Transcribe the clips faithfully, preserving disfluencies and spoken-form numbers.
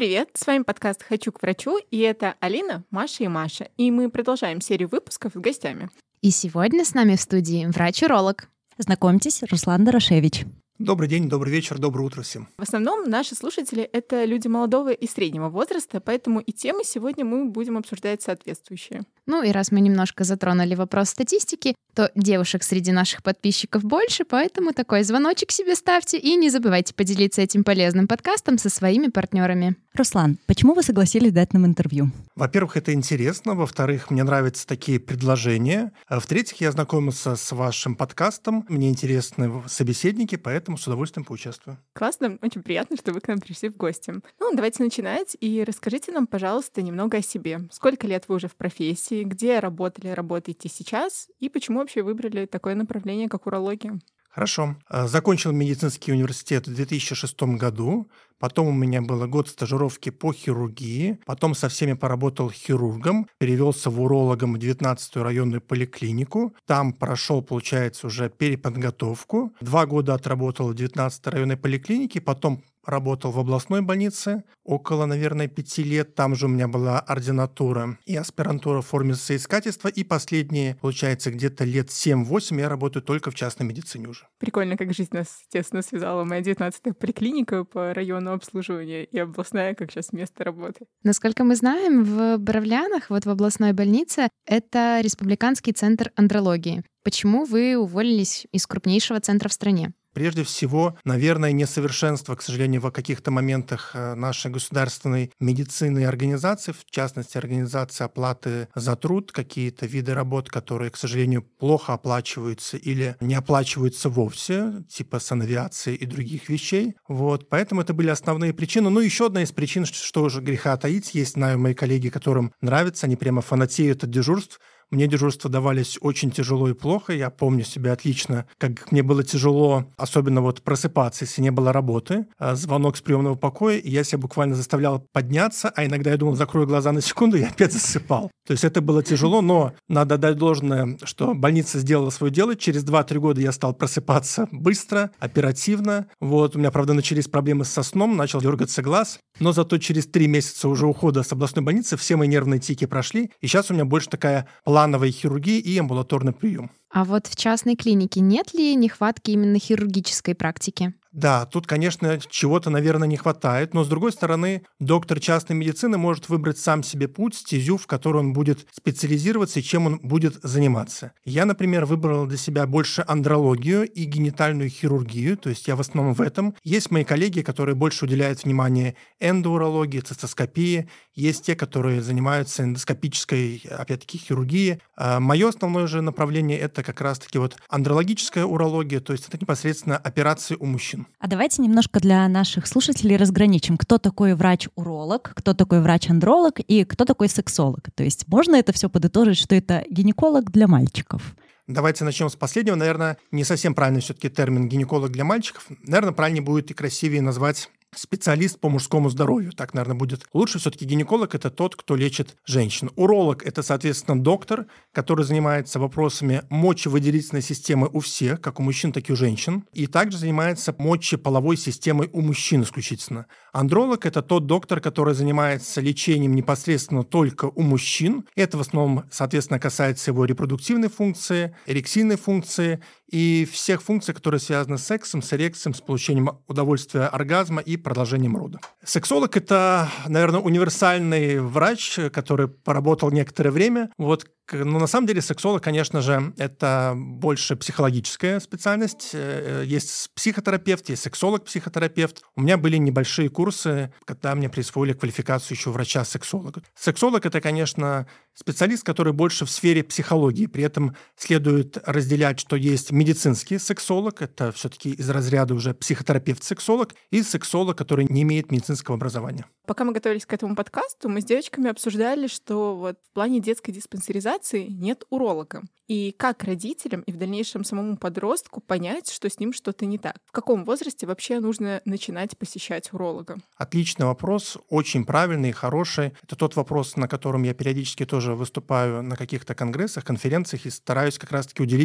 привет! С вами подкаст «Хочу к врачу», и это Алина, Маша и Маша. И мы продолжаем серию выпусков с гостями. И сегодня с нами в студии врач-уролог. Знакомьтесь, Руслан Дорошевич. Добрый день, добрый вечер, доброе утро всем. В основном наши слушатели — это люди молодого и среднего возраста, поэтому и темы сегодня мы будем обсуждать соответствующие. Ну и раз мы немножко затронули вопрос статистики, то девушек среди наших подписчиков больше, поэтому такой звоночек себе ставьте и не забывайте поделиться этим полезным подкастом со своими партнерами. Руслан, почему вы согласились дать нам интервью? Во-первых, это интересно. Во-вторых, мне нравятся такие предложения. А в-третьих, я знакомился с вашим подкастом. Мне интересны собеседники, поэтому с удовольствием поучаствую. Классно, очень приятно, что вы к нам пришли в гости. Ну, давайте начинать. И расскажите нам, пожалуйста, немного о себе. Сколько лет вы уже в профессии? Где работали, работаете сейчас? И почему вообще выбрали такое направление, как урология? Хорошо. Закончил медицинский университет в две тысячи шестом году. Потом у меня было год стажировки по хирургии. Потом со всеми поработал хирургом. Перевелся в урологом в девятнадцатую районную поликлинику. Там прошел, получается, уже переподготовку. Два года отработал в девятнадцатой районной поликлинике. Потом работал в областной больнице около, наверное, пяти лет. Там же у меня была ординатура и аспирантура в форме соискательства. И последние, получается, где-то лет семь-восемь я работаю только в частной медицине уже. Прикольно, как жизнь нас, естественно, связала. Моя девятнадцатая поликлиника по району обслуживания и областная, как сейчас, место работы. Насколько мы знаем, в Боровлянах, вот в областной больнице, это Республиканский центр андрологии. Почему вы уволились из крупнейшего центра в стране? Прежде всего, наверное, несовершенство, к сожалению, в каких-то моментах нашей государственной медицины и организации, в частности, организации оплаты за труд, какие-то виды работ, которые, к сожалению, плохо оплачиваются или не оплачиваются вовсе, типа санавиации и других вещей. Вот. Поэтому это были основные причины. Ну, еще одна из причин, что уже греха таить, есть, знаю, мои коллеги, которым нравится, они прямо фанатеют от дежурств. Мне дежурства давались очень тяжело и плохо. Я помню себя отлично, как мне было тяжело, особенно вот просыпаться, если не было работы. Звонок с приемного покоя, и я себя буквально заставлял подняться, а иногда я думал, закрою глаза на секунду, и опять засыпал. То есть это было тяжело, но надо дать должное, что больница сделала свое дело. Через два-три года я стал просыпаться быстро, оперативно. Вот. У меня, правда, начались проблемы со сном, начал дергаться глаз. Но зато через три месяца уже ухода с областной больницы все мои нервные тики прошли. И сейчас у меня больше такая плановая хирургия и амбулаторный прием. А вот в частной клинике нет ли нехватки именно хирургической практики? Да, тут, конечно, чего-то, наверное, не хватает, но, с другой стороны, доктор частной медицины может выбрать сам себе путь, стезю, в которой он будет специализироваться и чем он будет заниматься. Я, например, выбрал для себя больше андрологию и генитальную хирургию, то есть я в основном в этом. Есть мои коллеги, которые больше уделяют внимание эндоурологии, цистоскопии, есть те, которые занимаются эндоскопической, опять-таки, хирургией. А мое основное же направление – это как раз-таки вот андрологическая урология, то есть это непосредственно операции у мужчин. А давайте немножко для наших слушателей разграничим, кто такой врач-уролог, кто такой врач-андролог и кто такой сексолог. То есть можно это все подытожить, что это гинеколог для мальчиков? Давайте начнем с последнего. Наверное, не совсем правильный все-таки термин «гинеколог для мальчиков». Наверное, правильнее будет и красивее назвать специалист по мужскому здоровью. Так, наверное, будет лучше. Все-таки гинеколог – это тот, кто лечит женщин. Уролог – это, соответственно, доктор, который занимается вопросами мочевыделительной системы у всех, как у мужчин, так и у женщин. И также занимается мочеполовой системой у мужчин исключительно. Андролог – это тот доктор, который занимается лечением непосредственно только у мужчин. Это в основном, соответственно, касается его репродуктивной функции, эрексийной функции и всех функций, которые связаны с сексом, с эрекцией, с получением удовольствия оргазма и продолжением рода. Сексолог – это, наверное, универсальный врач, который поработал некоторое время. Вот. Но на самом деле сексолог, конечно же, это больше психологическая специальность. Есть психотерапевт, есть сексолог-психотерапевт. У меня были небольшие курсы, когда мне присвоили квалификацию еще врача-сексолога. Сексолог – это, конечно, специалист, который больше в сфере психологии. При этом следует разделять, что есть медицинский сексолог, это все-таки из разряда уже психотерапевт-сексолог, и сексолог, который не имеет медицинского образования. Пока мы готовились к этому подкасту, мы с девочками обсуждали, что вот в плане детской диспансеризации нет уролога. И как родителям и в дальнейшем самому подростку понять, что с ним что-то не так? В каком возрасте вообще нужно начинать посещать уролога? Отличный вопрос, очень правильный и хороший. Это тот вопрос, на котором я периодически тоже выступаю на каких-то конгрессах, конференциях и стараюсь как раз-таки уделить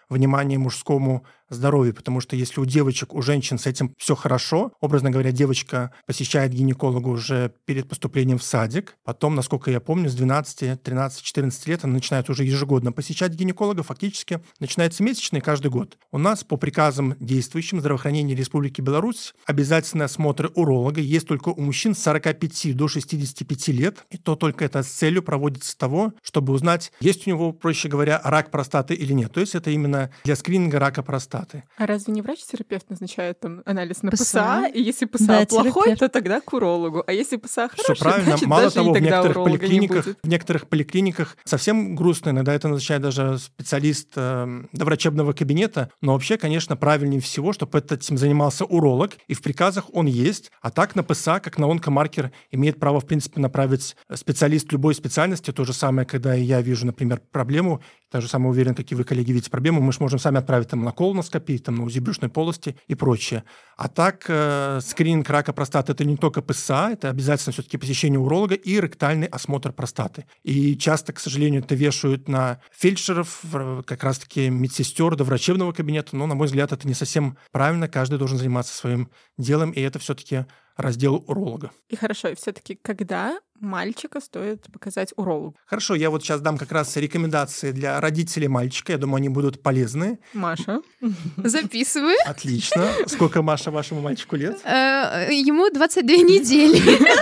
внимание мужскому здоровью, потому что если у девочек, у женщин с этим все хорошо, образно говоря, девочка посещает гинеколога уже перед поступлением в садик, потом, насколько я помню, с двенадцати, тринадцати, четырнадцати лет она начинает уже ежегодно посещать гинеколога, фактически начинается месячный каждый год. У нас по приказам действующим здравоохранения Республики Беларусь обязательные осмотры уролога есть только у мужчин с сорока пяти до шестидесяти пяти лет, и то только это с целью проводится того, чтобы узнать, есть у него, проще говоря, рак простаты или нет. То есть это именно для скрининга рака простаты. А разве не врач-терапевт назначает там анализ на ПСА? ПСА? И если ПСА Да, плохой, терапевт. то тогда к урологу. А если ПСА хороший, Все правильно. значит, Мало даже того, и в тогда некоторых уролога не поликлиниках, будет. в некоторых поликлиниках совсем грустно. Иногда это назначает даже специалист э, доврачебного кабинета. Но вообще, конечно, правильнее всего, чтобы этим занимался уролог. И в приказах он есть. А так на ПСА, как на онкомаркер, имеет право, в принципе, направить специалист любой специальности. То же самое, когда я вижу, например, проблему, так же самое уверен, как и вы, коллеги, видите проблему, мы же можем сами отправить там, на колоноскопию, там, на УЗИ брюшной полости и прочее. А так, э, скрининг рака простаты – это не только ПСА, это обязательно все-таки посещение уролога и ректальный осмотр простаты. И часто, к сожалению, это вешают на фельдшеров, как раз-таки медсестер до врачебного кабинета, но, на мой взгляд, это не совсем правильно, каждый должен заниматься своим делом, и это все-таки раздел уролога. И хорошо, и все-таки когда мальчика стоит показать урологу? Хорошо, я вот сейчас дам как раз рекомендации для родителей мальчика. Я думаю, они будут полезны. Маша? Записываю. Отлично. Сколько, Маша, вашему мальчику лет? Э, Ему двадцать две недели.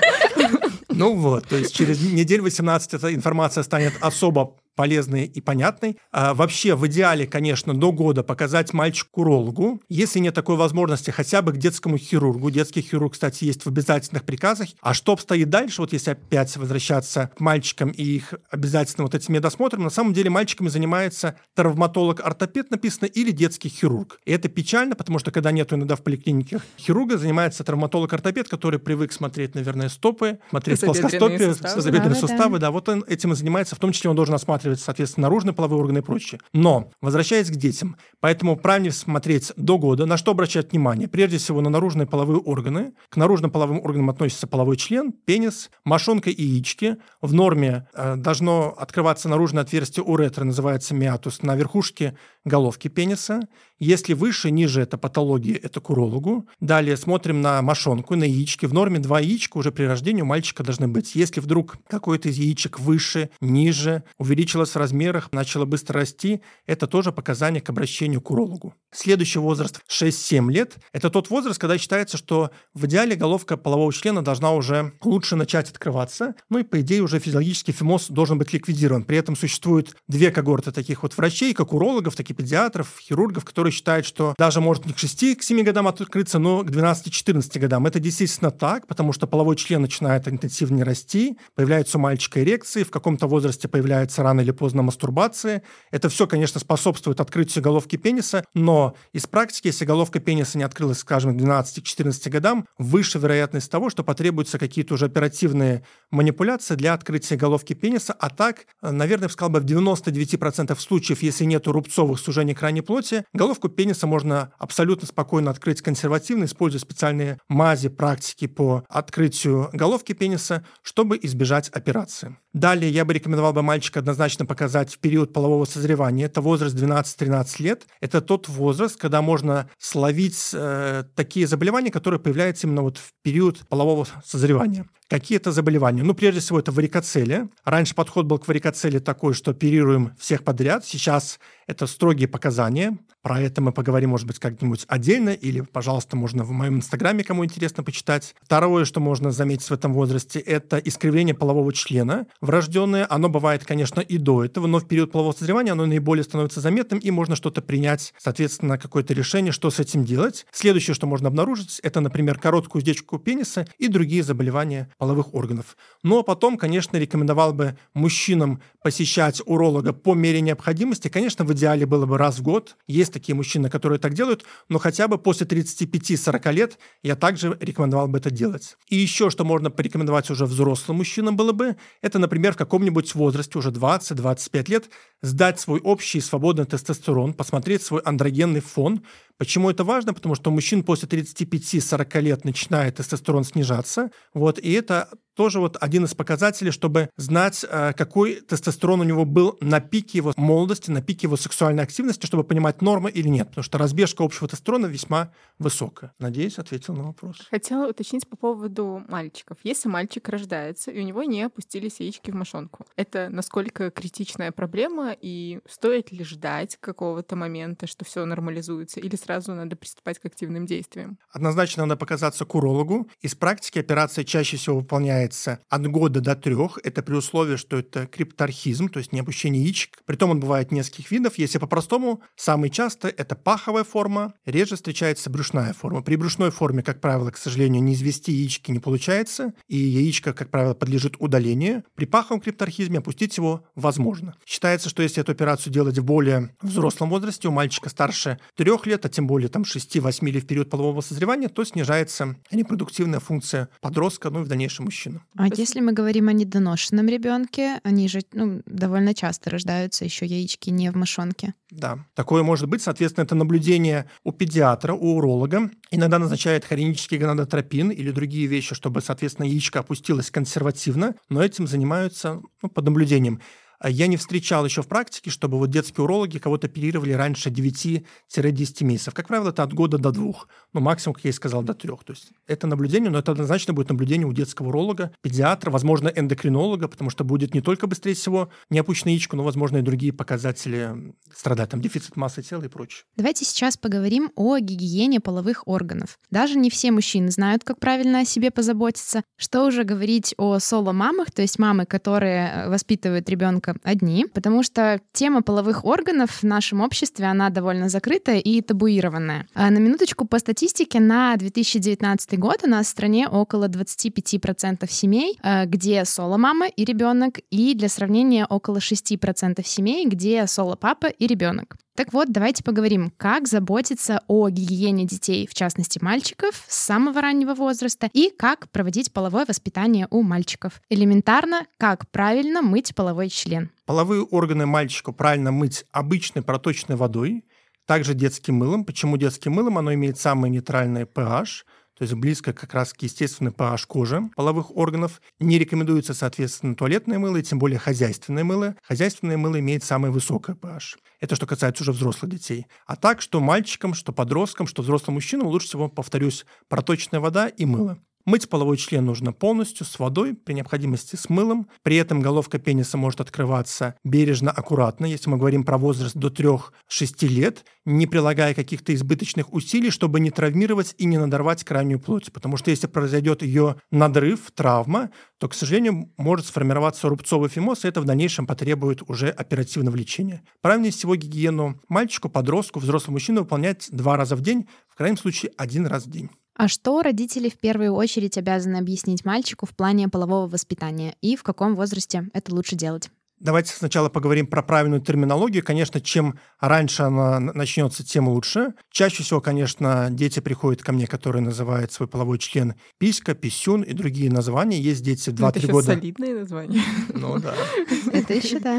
Ну вот, то есть через недель восемнадцать эта информация станет особо полезной и понятной. А вообще, в идеале, конечно, до года показать мальчику урологу. Если нет такой возможности, хотя бы к детскому хирургу. Детский хирург, кстати, есть в обязательных приказах. А что обстоит дальше, вот если опять возвращаться к мальчикам и их обязательно вот этим медосмотром, на самом деле мальчиками занимается травматолог-ортопед, написано, или детский хирург. И это печально, потому что когда нету иногда в поликлиниках хирурга, занимается травматолог-ортопед, который привык смотреть, наверное, стопы, смотреть плоскостопие, тазобедренные Да, да, суставы. Да, вот он этим и занимается. В том числе он должен осматривать, соответственно, наружные половые органы и прочее. Но, возвращаясь к детям, поэтому правильно смотреть до года, на что обращать внимание? Прежде всего, на наружные половые органы. К наружным половым органам относится половой член, пенис, мошонка и яички. В норме э, должно открываться наружное отверстие уретры, называется миатус, на верхушке головки пениса. Если выше, ниже, это патология, это к урологу. Далее смотрим на мошонку, на яички. В норме два яичка уже при рождении у мальчика должны быть. Если вдруг какой-то из яичек выше, ниже, увеличилось в размерах, начало быстро расти, это тоже показание к обращению к урологу. Следующий возраст шесть-семь лет. Это тот возраст, когда считается, что в идеале головка полового члена должна уже лучше начать открываться. Ну и, по идее, уже физиологический фимоз должен быть ликвидирован. При этом существует две когорты таких вот врачей, как урологов, так и педиатров, хирургов, которые считают, что даже может не к шести-семи годам открыться, но к двенадцати-четырнадцати годам. Это действительно так, потому что половой член начинает интенсивнее расти, появляются у мальчика эрекции, в каком-то возрасте появляется рано или поздно мастурбация. Это все, конечно, способствует открытию головки пениса, но из практики, если головка пениса не открылась, скажем, к двенадцати-четырнадцати годам, выше вероятность того, что потребуются какие-то уже оперативные манипуляции для открытия головки пениса, а так, наверное, я бы сказал бы, в девяноста девяти процентах случаев, если нет рубцовых сужений крайней плоти, головку пениса можно абсолютно спокойно открыть консервативно, используя специальные мази, практики по открытию головки пениса, чтобы избежать операции. Далее я бы рекомендовал бы мальчика однозначно показать в период полового созревания. Это возраст двенадцать-тринадцать лет. Это тот возраст, когда можно словить э, такие заболевания, которые появляются именно вот в период полового созревания. Какие это заболевания? Ну, прежде всего, это варикоцелия. Раньше подход был к варикоцелии такой, что оперируем всех подряд. Сейчас это строгие показания. Про это мы поговорим, может быть, как-нибудь отдельно, или, пожалуйста, можно в моем инстаграме, кому интересно, почитать. Второе, что можно заметить в этом возрасте, это искривление полового члена врожденное. Оно бывает, конечно, и до этого, но в период полового созревания оно наиболее становится заметным, и можно что-то принять, соответственно, какое-то решение, что с этим делать. Следующее, что можно обнаружить, это, например, короткую уздечку пениса и другие заболевания половых органов. Но потом, конечно, рекомендовал бы мужчинам посещать уролога по мере необходимости. Конечно, в идеале было бы раз в год. Есть такие мужчины, которые так делают, но хотя бы после тридцати пяти-сорока лет я также рекомендовал бы это делать. И еще, что можно порекомендовать уже взрослым мужчинам было бы, это, например, в каком-нибудь возрасте, уже двадцать-двадцать пять лет, сдать свой общий свободный тестостерон, посмотреть свой андрогенный фон, Почему это важно? Потому что у мужчин после тридцати пяти - сорока лет начинает тестостерон снижаться, вот, и это тоже вот один из показателей, чтобы знать, какой тестостерон у него был на пике его молодости, на пике его сексуальной активности, чтобы понимать, норма или нет. Потому что разбежка общего тестостерона весьма высокая. Надеюсь, ответил на вопрос. Хотела уточнить по поводу мальчиков. Если мальчик рождается, и у него не опустились яички в мошонку, это насколько критичная проблема, и стоит ли ждать какого-то момента, что все нормализуется, или сразу надо приступать к активным действиям? Однозначно надо показаться к урологу. Из практики операция чаще всего выполняется от года до трех. Это при условии, что это крипторхизм, то есть не опущение яичек. Притом он бывает нескольких видов. Если по-простому, самый часто это паховая форма, реже встречается брюшная форма. При брюшной форме, как правило, к сожалению, не извести яички не получается, и яичко, как правило, подлежит удалению. При паховом крипторхизме опустить его возможно. Считается, что если эту операцию делать в более взрослом возрасте, у мальчика старше трех лет, а тем более там шести-восьми или в период полового созревания, то снижается репродуктивная функция подростка, ну и в дальнейшем мужчины. А Спасибо. Если мы говорим о недоношенном ребенке, они же ну, довольно часто рождаются, еще яички не в мошонке. Да, такое может быть. Соответственно, это наблюдение у педиатра, у уролога. Иногда назначает хронический гонадотропин или другие вещи, чтобы, соответственно, яичко опустилось консервативно, но этим занимаются ну, под наблюдением. Я не встречал еще в практике, чтобы вот детские урологи кого-то оперировали раньше девяти-десяти месяцев. Как правило, это от года до двух. Ну, максимум, как я и сказал, до трех. То есть это наблюдение, но это однозначно будет наблюдение у детского уролога, педиатра, возможно, эндокринолога, потому что будет не только, быстрее всего, не опущенное яичко, но, возможно, и другие показатели страдать, там, дефицит массы тела и прочее. Давайте сейчас поговорим о гигиене половых органов. Даже не все мужчины знают, как правильно о себе позаботиться. Что уже говорить о соло-мамах, то есть мамы, которые воспитывают ребенка одни, потому что тема половых органов в нашем обществе, она довольно закрытая и табуированная. А на минуточку, по статистике, на две тысячи девятнадцатый год у нас в стране около двадцать пять процентов семей, где соло-мама и ребенок, и для сравнения около шесть процентов семей, где соло-папа и ребенок. Так вот, давайте поговорим, как заботиться о гигиене детей, в частности мальчиков, с самого раннего возраста, и как проводить половое воспитание у мальчиков. Элементарно, как правильно мыть половой член. Половые органы мальчика правильно мыть обычной проточной водой, также детским мылом. Почему детским мылом? Оно имеет самый нейтральный pH, то есть близко как раз к естественной pH кожи половых органов. Не рекомендуется, соответственно, туалетное мыло и тем более хозяйственное мыло. Хозяйственное мыло имеет самое высокое pH. Это что касается уже взрослых детей. А так, что мальчикам, что подросткам, что взрослым мужчинам лучше всего, повторюсь, проточная вода и мыло. Мыть половой член нужно полностью, с водой, при необходимости с мылом. При этом головка пениса может открываться бережно, аккуратно, если мы говорим про возраст до трёх-шести лет, не прилагая каких-то избыточных усилий, чтобы не травмировать и не надорвать крайнюю плоть. Потому что если произойдет ее надрыв, травма, то, к сожалению, может сформироваться рубцовый фимоз, и это в дальнейшем потребует уже оперативного лечения. Правильнее всего гигиену мальчику, подростку, взрослому мужчине выполнять два раза в день, в крайнем случае один раз в день. А что родители в первую очередь обязаны объяснить мальчику в плане полового воспитания и в каком возрасте это лучше делать? Давайте сначала поговорим про правильную терминологию. Конечно, чем раньше она начнется, тем лучше. Чаще всего, конечно, дети приходят ко мне, которые называют свой половой член писька, писюн и другие названия. Есть дети в два-три года. Это солидные названия. Ну да. Это еще да.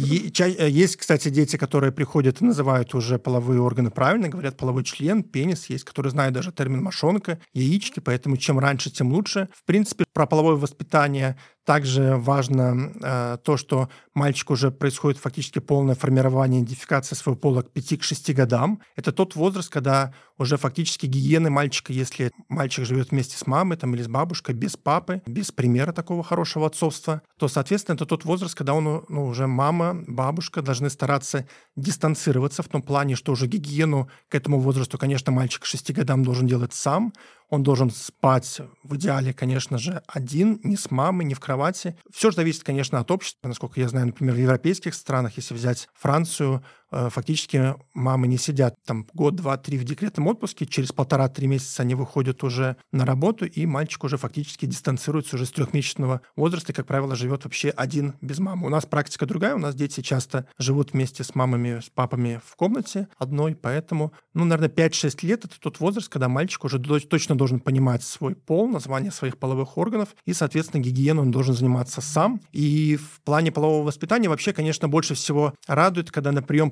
Есть, кстати, дети, которые приходят и называют уже половые органы правильно, говорят половой член, пенис. Есть, которые знают даже термин мошонка, яички, поэтому чем раньше, тем лучше. В принципе, про половое воспитание также важно э, то, что мальчик уже происходит фактически полное формирование, идентификация своего пола к пяти-шести годам. Это тот возраст, когда уже фактически гигиены мальчика, если мальчик живет вместе с мамой там, или с бабушкой, без папы, без примера такого хорошего отцовства, то, соответственно, это тот возраст, когда он, ну, уже мама, бабушка должны стараться дистанцироваться в том плане, что уже гигиену к этому возрасту, конечно, мальчик к шести годам должен делать сам. Он должен спать в идеале, конечно же, один, не с мамой, не в кровати. Все же зависит, конечно, от общества. Насколько я знаю, например, в европейских странах, если взять Францию, фактически мамы не сидят там год, два, три в декретном отпуске, через полтора-три месяца они выходят уже на работу, и мальчик уже фактически дистанцируется уже с трехмесячного возраста и, как правило, живет вообще один без мамы. У нас практика другая, у нас дети часто живут вместе с мамами, с папами в комнате одной, поэтому, ну, наверное, пять-шесть лет — это тот возраст, когда мальчик уже точно должен понимать свой пол, название своих половых органов, и, соответственно, гигиену он должен заниматься сам. И в плане полового воспитания вообще, конечно, больше всего радует, когда на прием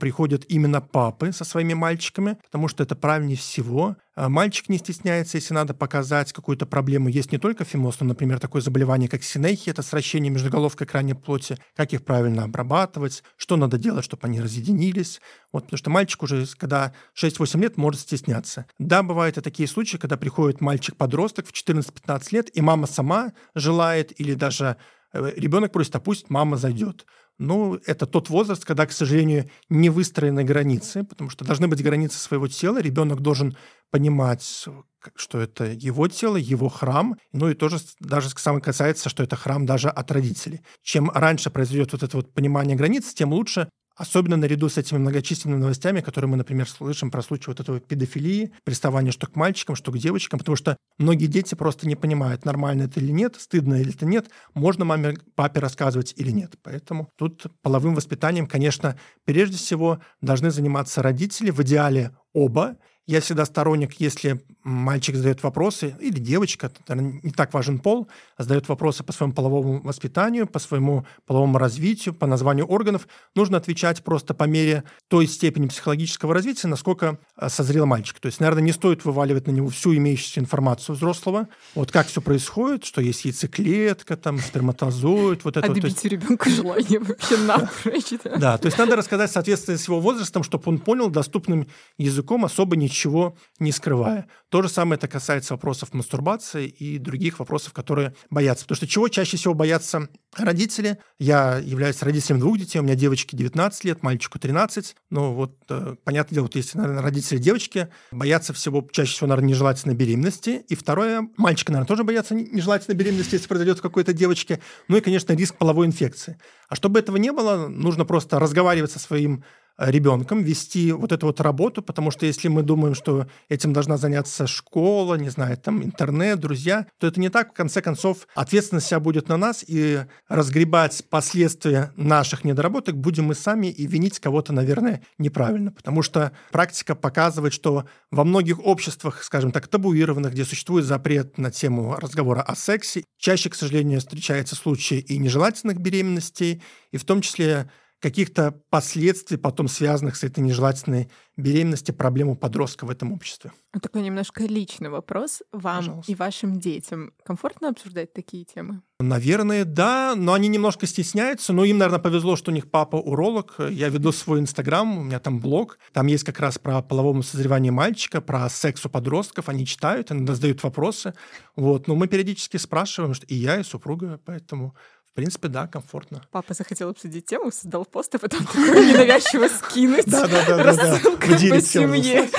приходят именно папы со своими мальчиками, потому что это правильнее всего. Мальчик не стесняется, если надо показать какую-то проблему. Есть не только фимоз, но, например, такое заболевание, как синехия, это сращение междуголовкой и крайней плоти, как их правильно обрабатывать, что надо делать, чтобы они разъединились. Вот, потому что мальчик уже, когда шесть-восемь лет, может стесняться. Да, бывают и такие случаи, когда приходит мальчик-подросток в четырнадцать-пятнадцать лет, и мама сама желает, или даже ребенок просит, а пусть мама зайдет. Ну, это тот возраст, когда, к сожалению, не выстроены границы, потому что должны быть границы своего тела. Ребенок должен понимать, что это его тело, его храм. Ну и тоже даже самое касается, что это храм даже от родителей. Чем раньше произойдет вот это вот понимание границ, тем лучше. Особенно наряду с этими многочисленными новостями, которые мы, например, слышим про случаи вот этого педофилии, приставания что к мальчикам, что к девочкам, потому что многие дети просто не понимают, нормально это или нет, стыдно или это нет, можно маме, папе рассказывать или нет. Поэтому тут половым воспитанием, конечно, прежде всего должны заниматься родители, в идеале оба. Я всегда сторонник, если мальчик задает вопросы, или девочка, наверное, не так важен пол, задает вопросы по своему половому воспитанию, по своему половому развитию, по названию органов, нужно отвечать просто по мере той степени психологического развития, насколько созрел мальчик. То есть, наверное, не стоит вываливать на него всю имеющуюся информацию взрослого, вот как все происходит, что есть яйцеклетка, там, сперматозоид, вот это. Отбить у ребенка желание вообще напрочь. Да, то есть надо рассказать в соответствии с его возрастом, чтобы он понял доступным языком, особо ничего ничего не скрывая. То же самое это касается вопросов мастурбации и других вопросов, которые боятся. Потому что чего чаще всего боятся родители? Я являюсь родителем двух детей, у меня девочке девятнадцать лет, мальчику тринадцать. Ну вот, э, понятное дело, вот если, наверное, родители девочки боятся всего, чаще всего, наверное, нежелательной беременности. И второе, мальчика, наверное, тоже боятся нежелательной беременности, если произойдет у какой-то девочки. Ну и, конечно, риск половой инфекции. А чтобы этого не было, нужно просто разговаривать со своим ребенком, вести вот эту вот работу, потому что если мы думаем, что этим должна заняться школа, не знаю, там интернет, друзья, то это не так. В конце концов, ответственность вся будет на нас, и разгребать последствия наших недоработок будем мы сами, и винить кого-то, наверное, неправильно, потому что практика показывает, что во многих обществах, скажем так, табуированных, где существует запрет на тему разговора о сексе, чаще, к сожалению, встречаются случаи и нежелательных беременностей, и в том числе каких-то последствий, потом связанных с этой нежелательной беременностью, проблему подростка в этом обществе. Такой немножко личный вопрос. Вам Пожалуйста. И вашим детям комфортно обсуждать такие темы? Наверное, да, но они немножко стесняются, но им, наверное, повезло, что у них папа уролог. Я веду свой Инстаграм, у меня там блог, там есть как раз про половое созревание мальчика, про секс у подростков, они читают, иногда задают вопросы, вот, но мы периодически спрашиваем, что и я, и супруга, поэтому... В принципе, да, комфортно. Папа захотел обсудить тему, создал пост, а потом такой ненавязчиво скинуть. Да-да-да. Рассылкой по семье.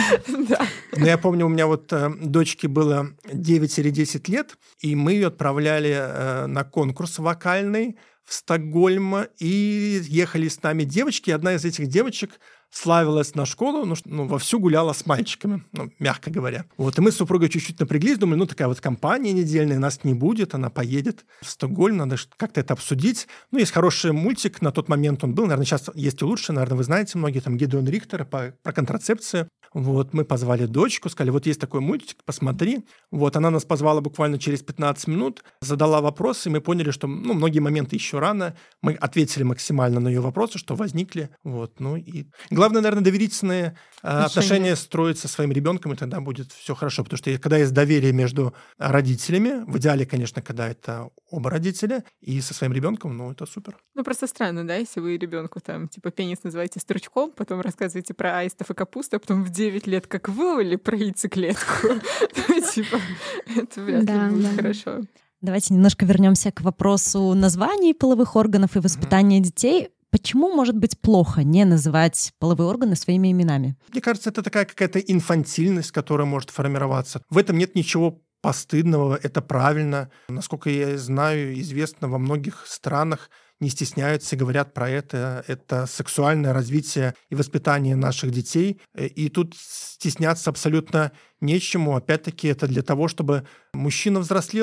Но я помню, у меня вот дочке было девять или десять лет, и мы ее отправляли на конкурс вокальный в Стокгольм, и ехали с нами девочки, и одна из этих девочек славилась на школу, ну, ну, вовсю гуляла с мальчиками, ну, мягко говоря. Вот, и мы с супругой чуть-чуть напряглись, думали, ну, такая вот компания недельная, нас не будет, она поедет в Стокгольм, надо как-то это обсудить. Ну, есть хороший мультик, на тот момент он был, наверное, сейчас есть и лучше, наверное, вы знаете многие, там, Гидеон Рихтер по, про контрацепцию. Вот, мы позвали дочку, сказали, вот есть такой мультик, посмотри. Вот, она нас позвала буквально через пятнадцать минут, задала вопросы, и мы поняли, что, ну, многие моменты еще рано. Мы ответили максимально на ее вопросы, что возникли. Вот, ну, и главное, наверное, доверительные отношения, отношения строить со своим ребенком, и тогда будет все хорошо. Потому что когда есть доверие между родителями, в идеале, конечно, когда это оба родителя, и со своим ребенком, ну, это супер. Ну, просто странно, да, если вы ребенку там, типа, пенис называете стручком, потом рассказываете про аистов и капусту, а потом в девять лет как вывали про яйцеклетку. Типа, это вряд ли будет хорошо. Давайте немножко вернемся к вопросу названий половых органов и воспитания детей. Почему может быть плохо не называть половые органы своими именами? Мне кажется, это такая какая-то инфантильность, которая может формироваться. В этом нет ничего постыдного, это правильно. Насколько я знаю, известно, во многих странах не стесняются и говорят про это. Это сексуальное развитие и воспитание наших детей. И тут стесняться абсолютно нечему. Опять-таки, это для того, чтобы мужчина взрослел,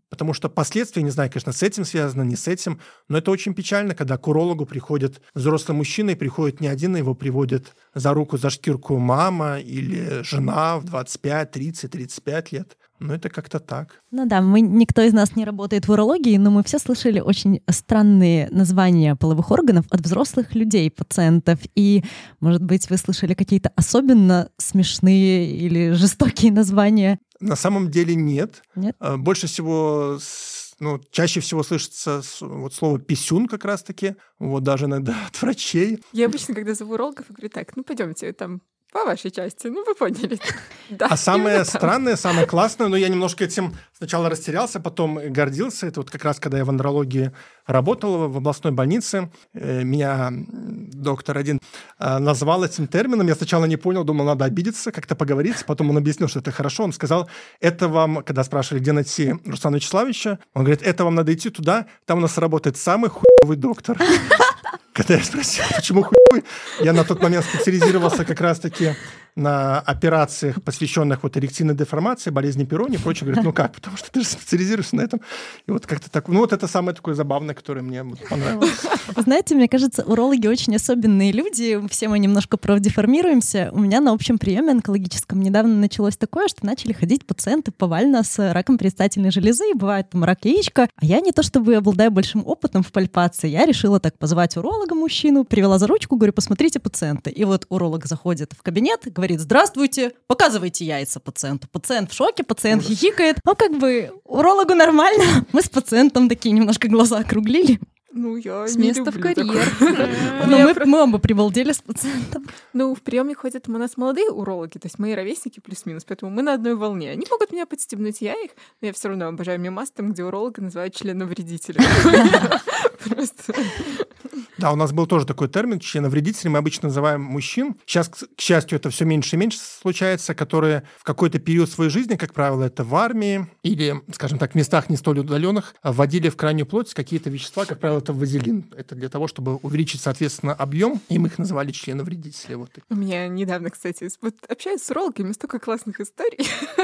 потому что последствия, не знаю, конечно, с этим связано, не с этим, но это очень печально, когда к урологу приходит взрослый мужчина, и приходит не один, его приводит за руку, за шкирку мама или жена в двадцать пять, тридцать, тридцать пять лет. Ну, это как-то так. Ну да, мы, никто из нас не работает в урологии, но мы все слышали очень странные названия половых органов от взрослых людей, пациентов. И, может быть, вы слышали какие-то особенно смешные или жестокие названия? На самом деле нет. Нет? Больше всего, ну, чаще всего слышится вот слово «писюн» как раз-таки, вот даже иногда от врачей. Я обычно, когда зову урологов, говорю, так, ну, пойдемте там по вашей части, ну вы поняли. Да, а самое странное, самое классное, ну я немножко этим сначала растерялся, потом гордился. Это вот как раз, когда я в андрологии работал в областной больнице, меня доктор один назвал этим термином. Я сначала не понял, думал, надо обидеться, как-то поговорить. Потом он объяснил, что это хорошо. Он сказал, это вам, когда спрашивали, где найти Руслана Вячеславовича, он говорит, это вам надо идти туда, там у нас работает самый хуёвый доктор. Когда я спросил, почему хуёвый, я на тот момент специализировался как раз-таки на операциях, посвященных вот эректильной деформации, болезни Перони и прочее. Говорит, ну как, потому что ты же специализируешься на этом. И вот как-то так. Ну вот это самое такое забавное, которое мне понравилось. Вы знаете, мне кажется, урологи очень особенные люди. Все мы немножко профдеформируемся. У меня на общем приеме онкологическом недавно началось такое, что начали ходить пациенты повально с раком предстательной железы. Бывает там рак яичка. А я не то чтобы обладаю большим опытом в пальпации. Я решила так позвать уролога мужчину, привела за ручку, говорю, посмотрите пациента. И вот уролог заходит в кабинет, говорит, здравствуйте, показывайте яйца пациенту. Пациент в шоке, пациент Ужас. хихикает. Ну, как бы, урологу нормально. Мы с пациентом такие немножко глаза округлили. Ну, я с не места люблю в карьер. Но мы, мы оба прибалдели с пациентом. Ну, в приеме ходят у нас молодые урологи, то есть мои ровесники плюс-минус, поэтому мы на одной волне. Они могут меня подстебнуть, я их, но я все равно обожаю мемасы там, где уролога называют членовредителем. Просто... Да, у нас был тоже такой термин членовредители. Мы обычно называем мужчин. Сейчас, к счастью, это все меньше и меньше случается, которые в какой-то период своей жизни, как правило, это в армии или, скажем так, в местах не столь удаленных, вводили в крайнюю плоть какие-то вещества, как правило, это вазелин. Это для того, чтобы увеличить, соответственно, объем, и мы их называли членовредители. Вот. У меня недавно, кстати, вот общаюсь с урологами, столько классных историй.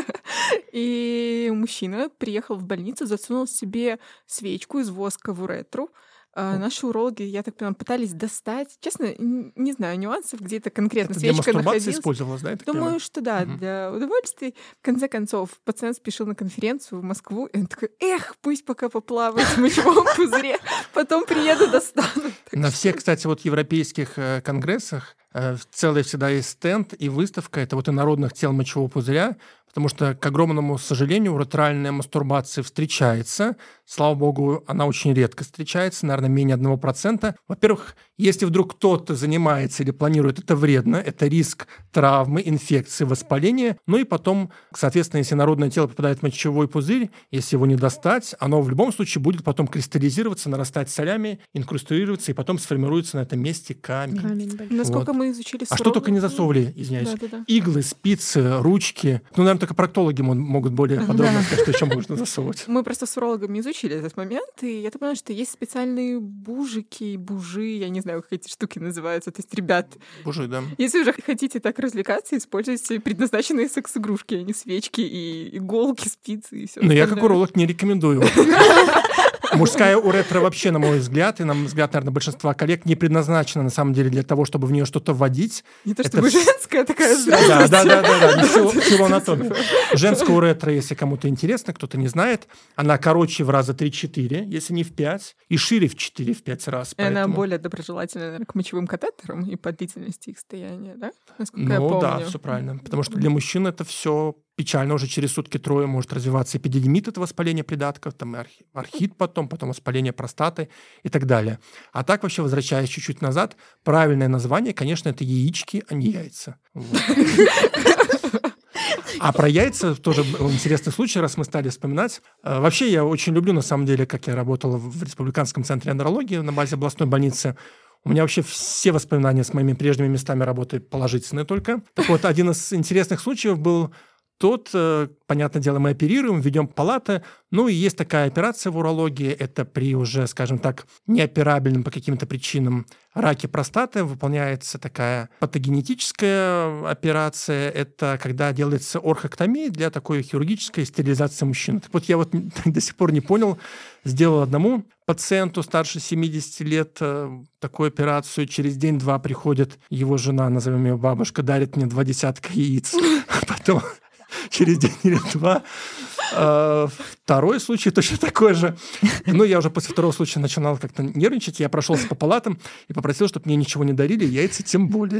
И мужчина приехал в больницу, засунул себе свечку из воска в уретру. А наши урологи, я так понимаю, пытались достать. Честно, не знаю нюансов, где это конкретно это свечка для находилась. использовалась, да? Думаю, понимаю? что да, угу. Для удовольствия. В конце концов, пациент спешил на конференцию в Москву, и он такой, эх, пусть пока поплавает в мочевом пузыре, потом приеду, достану. На всех, кстати, вот европейских конгрессах целая всегда есть стенд и выставка, это вот инородных тел мочевого пузыря, потому что, к огромному сожалению, уретральная мастурбация встречается. Слава богу, она очень редко встречается, наверное, менее одного процента. Во-первых, если вдруг кто-то занимается или планирует, это вредно, это риск травмы, инфекции, воспаления. Ну и потом, соответственно, если инородное тело попадает в мочевой пузырь, если его не достать, оно в любом случае будет потом кристаллизироваться, нарастать солями, инкрустироваться, и потом сформируется на этом месте камень. камень Насколько вот. мы изучили А что только не засовывали, извиняюсь. Да, да, да. Иглы, спицы, ручки. Ну, наверное, только проктологи могут более подробно сказать, что еще можно засовывать. Мы просто с урологами изучили этот момент, и я так поняла, что есть специальные бужики, бужи, я не знаю, как эти штуки называются. То есть, ребят, бужи, да. Если уже хотите так развлекаться, используйте предназначенные секс-игрушки, а не свечки и иголки, спицы и все. Но я как уролог не рекомендую. Мужская уретра вообще, на мой взгляд, и на мой взгляд, наверное, большинства коллег, не предназначена на самом деле для того, чтобы в нее что-то вводить. Не то чтобы это... женская такая, да, да, да, да, да, всего на том. Женская уретра, если кому-то интересно, кто-то не знает, она короче в раза три-четыре, если не в пять, и шире в четыре-пять раз. Поэтому... Она более доброжелательна, наверное, к мочевым катетерам и по длительности их стояния, да? Насколько я ну помню. Да, все правильно. Потому что для мужчин это все печально, уже через сутки-трое может развиваться эпидидимит, это воспаление придатков, там архит потом, потом воспаление простаты и так далее. А так вообще, возвращаясь чуть-чуть назад, правильное название, конечно, это яички, а не яйца. Вот. А про яйца тоже был интересный случай, раз мы стали вспоминать. Вообще я очень люблю, на самом деле, как я работал в Республиканском центре андрологии на базе областной больницы. У меня вообще все воспоминания с моими прежними местами работы положительные только. Так вот, один из интересных случаев был тот, понятное дело, мы оперируем, ведем палаты. Ну и есть такая операция в урологии, это при уже, скажем так, неоперабельном по каким-то причинам раке простаты выполняется такая патогенетическая операция. Это когда делается орхоктомия для такой хирургической стерилизации мужчин. Так вот, я вот до сих пор не понял, сделал одному пациенту старше семидесяти лет такую операцию, через день-два приходит его жена, назовем ее бабушка, дарит мне два десятка яиц, потом через день или два. Второй случай точно такой же. Ну, я уже после второго случая начинал как-то нервничать. Я прошелся по палатам и попросил, чтобы мне ничего не дарили, яйца тем более.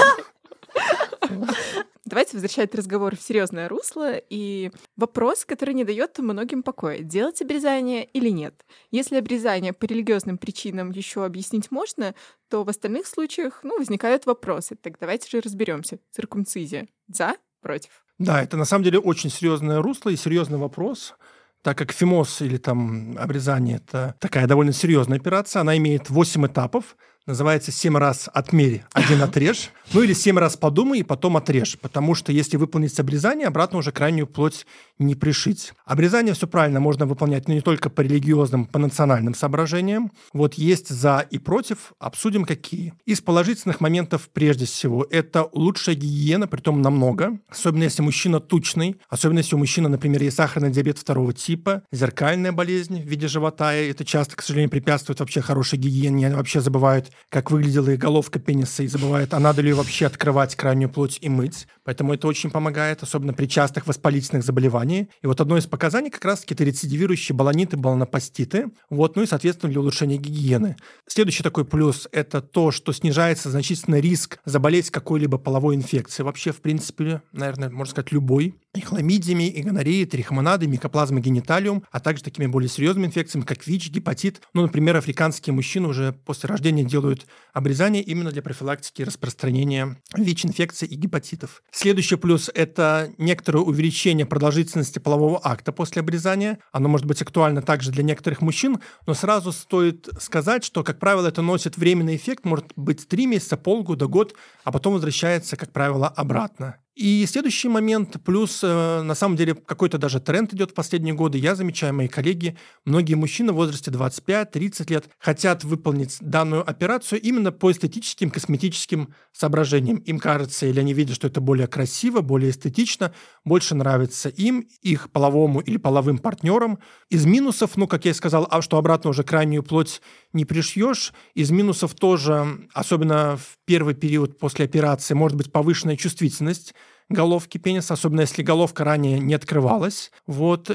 Давайте возвращать разговор в серьезное русло. И вопрос, который не дает многим покоя. Делать обрезание или нет? Если обрезание по религиозным причинам еще объяснить можно, то в остальных случаях ну, возникают вопросы. Так давайте же разберемся. Циркумцизия. За? Против? Да, это на самом деле очень серьезное русло и серьезный вопрос, так как фимоз или там обрезание – это такая довольно серьезная операция. Она имеет восемь этапов. Называется «семь раз отмери, один отрежь». Ну или «семь раз подумай и потом отрежь». Потому что если выполнить обрезание, обратно уже крайнюю плоть не пришить. Обрезание, все правильно, можно выполнять но не только по религиозным, по национальным соображениям. Вот есть за и против. Обсудим какие. Из положительных моментов прежде всего это лучшая гигиена, притом намного. Особенно если мужчина тучный. Особенно если у мужчины, например, есть сахарный диабет второго типа, зеркальная болезнь в виде живота. И это часто, к сожалению, препятствует вообще хорошей гигиене. Они вообще забывают, как выглядела и головка пениса, и забывают, а надо ли вообще открывать крайнюю плоть и мыть. Поэтому это очень помогает, особенно при частых воспалительных заболеваниях. И вот одно из показаний как раз-таки это рецидивирующие баланиты, баланопаститы. Вот, ну и, соответственно, для улучшения гигиены. Следующий такой плюс – это то, что снижается значительно риск заболеть какой-либо половой инфекцией. Вообще, в принципе, наверное, можно сказать, любой. И хламидиями, и гонореей, трихомонадой, микоплазмой гениталиум, а также такими более серьезными инфекциями, как ВИЧ, гепатит. Ну, например, африканские мужчины уже после рождения делают обрезание именно для профилактики распространения ВИЧ-инфекций и гепатитов. Следующий плюс – это некоторое увеличение продолжительности полового акта после обрезания. Оно может быть актуально также для некоторых мужчин, но сразу стоит сказать, что, как правило, это носит временный эффект, может быть три месяца, полгода, год, а потом возвращается, как правило, обратно. И следующий момент, плюс, э, на самом деле, какой-то даже тренд идет в последние годы. Я замечаю, мои коллеги, многие мужчины в возрасте двадцать пять тридцать лет хотят выполнить данную операцию именно по эстетическим, косметическим соображениям. Им кажется, или они видят, что это более красиво, более эстетично, больше нравится им, их половому или половым партнерам. Из минусов, ну, как я и сказал, а что обратно уже крайнюю плоть не пришьешь. Из минусов тоже, особенно в первый период после операции, может быть повышенная чувствительность головки пениса, особенно если головка ранее не открывалась. Вот.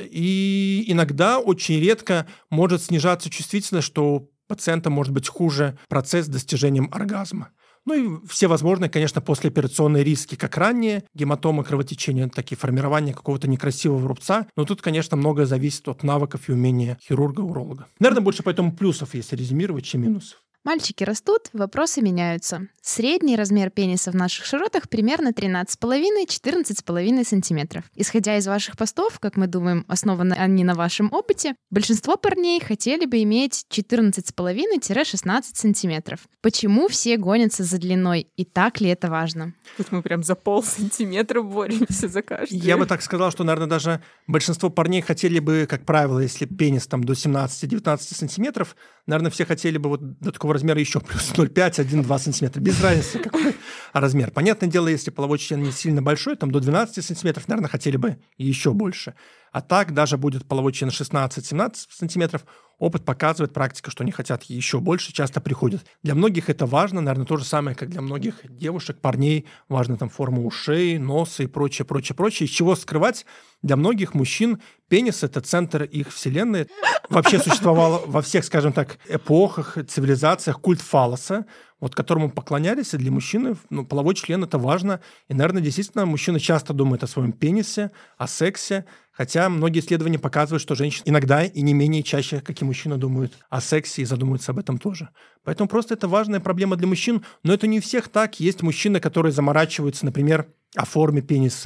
И иногда, очень редко, может снижаться чувствительность, что у пациента может быть хуже процесс с достижением оргазма. Ну и все возможные, конечно, послеоперационные риски, как ранее, гематомы, кровотечения, так и формирование какого-то некрасивого рубца. Но тут, конечно, многое зависит от навыков и умения хирурга-уролога. Наверное, больше поэтому плюсов, если резюмировать, чем минусов. Мальчики растут, вопросы меняются. Средний размер пениса в наших широтах примерно тринадцать с половиной - четырнадцать с половиной сантиметров. Исходя из ваших постов, как мы думаем, основаны они на вашем опыте, большинство парней хотели бы иметь четырнадцать с половиной - шестнадцать сантиметров. Почему все гонятся за длиной? И так ли это важно? Тут мы прям за полсантиметра боремся за каждый. Я бы так сказал, что, наверное, даже большинство парней хотели бы, как правило, если пенис там до семнадцати-девятнадцати сантиметров, наверное, все хотели бы вот до такого размера еще плюс ноль целых пять десятых - один - два сантиметра. Без разницы, какой размер. Понятное дело, если половой член не сильно большой, там до двенадцати сантиметров, наверное, хотели бы еще больше. А так даже будет половой член шестнадцать-семнадцать сантиметров. Опыт показывает, практика, что они хотят еще больше, часто приходят. Для многих это важно, наверное, то же самое, как для многих девушек, парней. Важна там форма ушей, носа и прочее, прочее, прочее. Из чего скрывать? Для многих мужчин пенис – это центр их вселенной. Вообще существовал во всех, скажем так, эпохах, цивилизациях культ фаллоса, вот которому поклонялись, и для мужчины ну, половой член – это важно. И, наверное, действительно, мужчина часто думает о своем пенисе, о сексе, хотя многие исследования показывают, что женщины иногда и не менее чаще, как и мужчины, думают о сексе и задумываются об этом тоже. Поэтому просто это важная проблема для мужчин, но это не у всех так. Есть мужчины, которые заморачиваются, например, о форме пениса.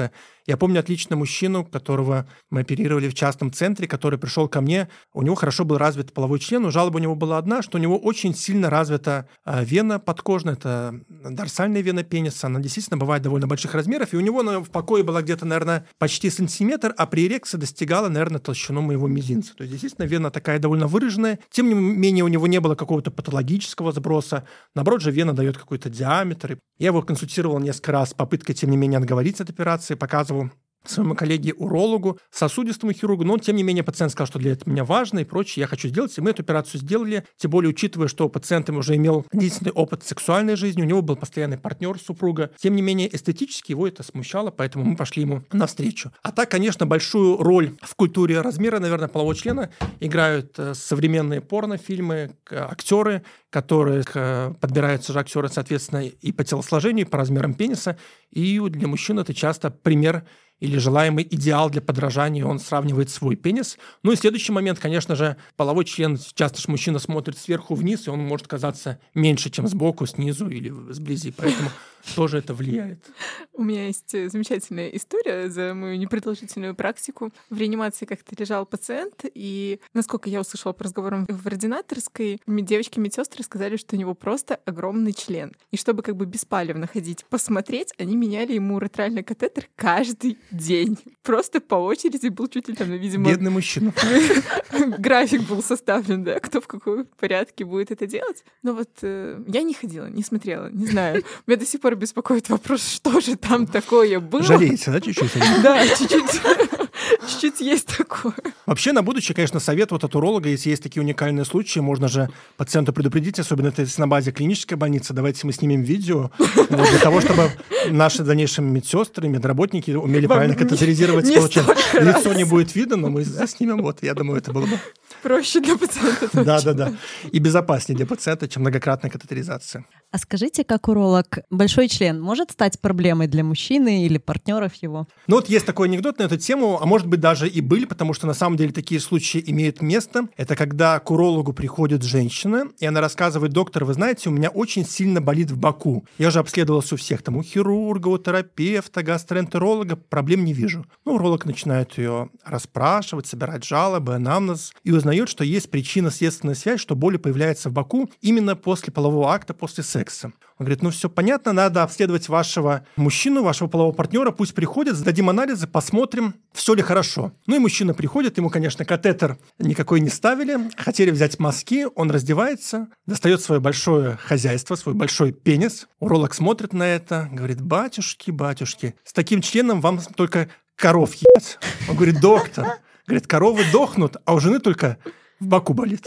Я помню отлично мужчину, которого мы оперировали в частном центре, который пришел ко мне. У него хорошо был развит половой член, но жалоба у него была одна, что у него очень сильно развита вена подкожная, это дорсальная вена пениса. Она действительно бывает довольно больших размеров. И у него в покое была где-то, наверное, почти сантиметр, а при эрекции достигала, наверное, толщину моего мизинца. То есть, действительно, вена такая довольно выраженная. Тем не менее, у него не было какого-то патологического сброса. Наоборот же, вена дает какой-то диаметр. Я его консультировал несколько раз с попыткой, тем не менее, отговориться от операции, показывал своему коллеге-урологу, сосудистому хирургу, но, тем не менее, пациент сказал, что для этого меня важно и прочее, я хочу сделать, и мы эту операцию сделали, тем более, учитывая, что пациент уже имел длительный опыт сексуальной жизни, у него был постоянный партнер супруга, тем не менее, эстетически его это смущало, поэтому мы пошли ему навстречу. А так, конечно, большую роль в культуре размера, наверное, полового члена играют современные порнофильмы, актеры, которые подбираются же актеры, соответственно, и по телосложению, и по размерам пениса, и для мужчин это часто пример или желаемый идеал для подражания, он сравнивает свой пенис. Ну и следующий момент, конечно же, половой член, часто же мужчина смотрит сверху вниз, и он может казаться меньше, чем сбоку, снизу или сблизи, поэтому тоже это влияет. У меня есть замечательная история за мою непродолжительную практику. В реанимации как-то лежал пациент, и, насколько я услышала по разговорам в ординаторской, девочки-медсестры сказали, что у него просто огромный член. И чтобы как бы беспалевно ходить посмотреть, они меняли ему уретральный катетер каждый день. Просто по очереди был чуть ли там, видимо... Бедный мужчина. График был составлен, да, кто в каком порядке будет это делать. Но вот э, я не ходила, не смотрела, не знаю. Меня до сих пор беспокоит вопрос, что же там такое было. Жалеете, да, чуть-чуть? Да, чуть-чуть. Чуть-чуть есть такое. Вообще, на будущее, конечно, совет вот от уролога, если есть такие уникальные случаи, можно же пациенту предупредить, особенно это если на базе клинической больницы, давайте мы снимем видео, вот, для того, чтобы наши дальнейшие медсестры, медработники умели Вам правильно катетеризировать свой член. Лицо не будет видно, но мы заснимем, вот, я думаю, это было бы... Проще для пациента. Да-да-да. И безопаснее для пациента, чем многократная катетеризация. А скажите, как уролог, большой член может стать проблемой для мужчины или партнеров его? Ну вот есть такой анекдот на эту тему, а может быть даже и были, потому что на самом деле такие случаи имеют место. Это когда к урологу приходит женщина, и она рассказывает: доктор, вы знаете, у меня очень сильно болит в боку. Я же обследовалась у всех, там, у хирурга, у терапевта, гастроэнтеролога, проблем не вижу. Ну, уролог начинает ее расспрашивать, собирать жалобы, анамнез, и узнает, что есть причинно-следственная связь, что боли появляются в боку именно после полового акта, после секса. Он говорит, ну все понятно, надо обследовать вашего мужчину, вашего полового партнера, пусть приходит, сдадим анализы, посмотрим, все ли хорошо. Ну и мужчина приходит, ему, конечно, катетер никакой не ставили, хотели взять мазки, он раздевается, достает свое большое хозяйство, свой большой пенис, уролог смотрит на это, говорит, батюшки, батюшки, с таким членом вам только коров ебать. Он говорит, доктор, говорит, коровы дохнут, а у жены только в боку болит.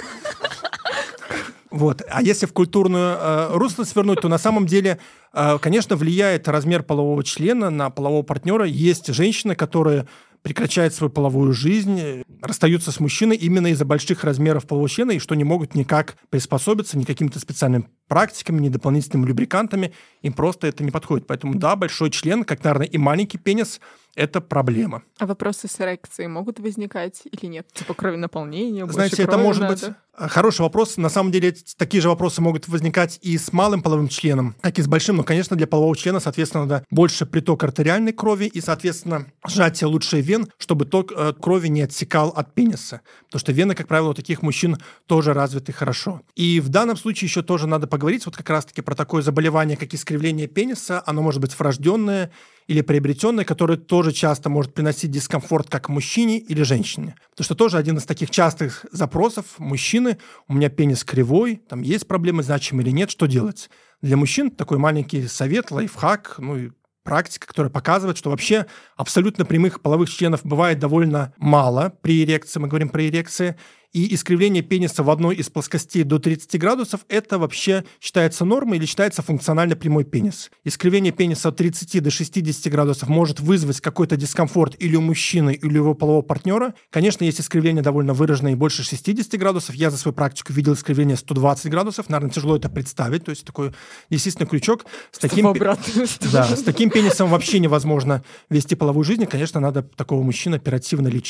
Вот. А если в культурную э, русло свернуть, то на самом деле, э, конечно, влияет размер полового члена на полового партнера. Есть женщины, которые прекращают свою половую жизнь, расстаются с мужчиной именно из-за больших размеров полового члена, и что не могут никак приспособиться ни какими-то специальными практиками, ни дополнительными любрикантами. Им просто это не подходит. Поэтому да, большой член, как, наверное, и маленький пенис, это проблема. А вопросы с эрекцией могут возникать или нет? Типа кровенаполнения, больше Знаете, крови это может надо? быть хороший вопрос. На самом деле, такие же вопросы могут возникать и с малым половым членом, как и с большим. Но, конечно, для полового члена, соответственно, надо больше приток артериальной крови и, соответственно, сжатие лучше вен, чтобы ток э, крови не отсекал от пениса. Потому что вены, как правило, у таких мужчин тоже развиты хорошо. И в данном случае еще тоже надо поговорить вот как раз-таки про такое заболевание, как искривление пениса. Оно может быть врожденное или приобретенное, которое тоже часто может приносить дискомфорт как мужчине или женщине. Потому что тоже один из таких частых запросов мужчины: у меня пенис кривой, там есть проблемы, значимые или нет, что делать? Для мужчин такой маленький совет, лайфхак, ну и практика, которая показывает, что вообще абсолютно прямых половых членов бывает довольно мало при эрекции, мы говорим про эрекции, и искривление пениса в одной из плоскостей до тридцати градусов – это вообще считается нормой или считается функционально прямой пенис. Искривление пениса от тридцати до шестидесяти градусов может вызвать какой-то дискомфорт или у мужчины, или у его полового партнера. Конечно, есть искривление довольно выраженное и больше шестидесяти градусов. Я за свою практику видел искривление сто двадцать градусов. Наверное, тяжело это представить. То есть такой действительно крючок. С таким, да, с таким пенисом вообще невозможно вести половую жизнь. И, конечно, надо такого мужчину оперативно лечить.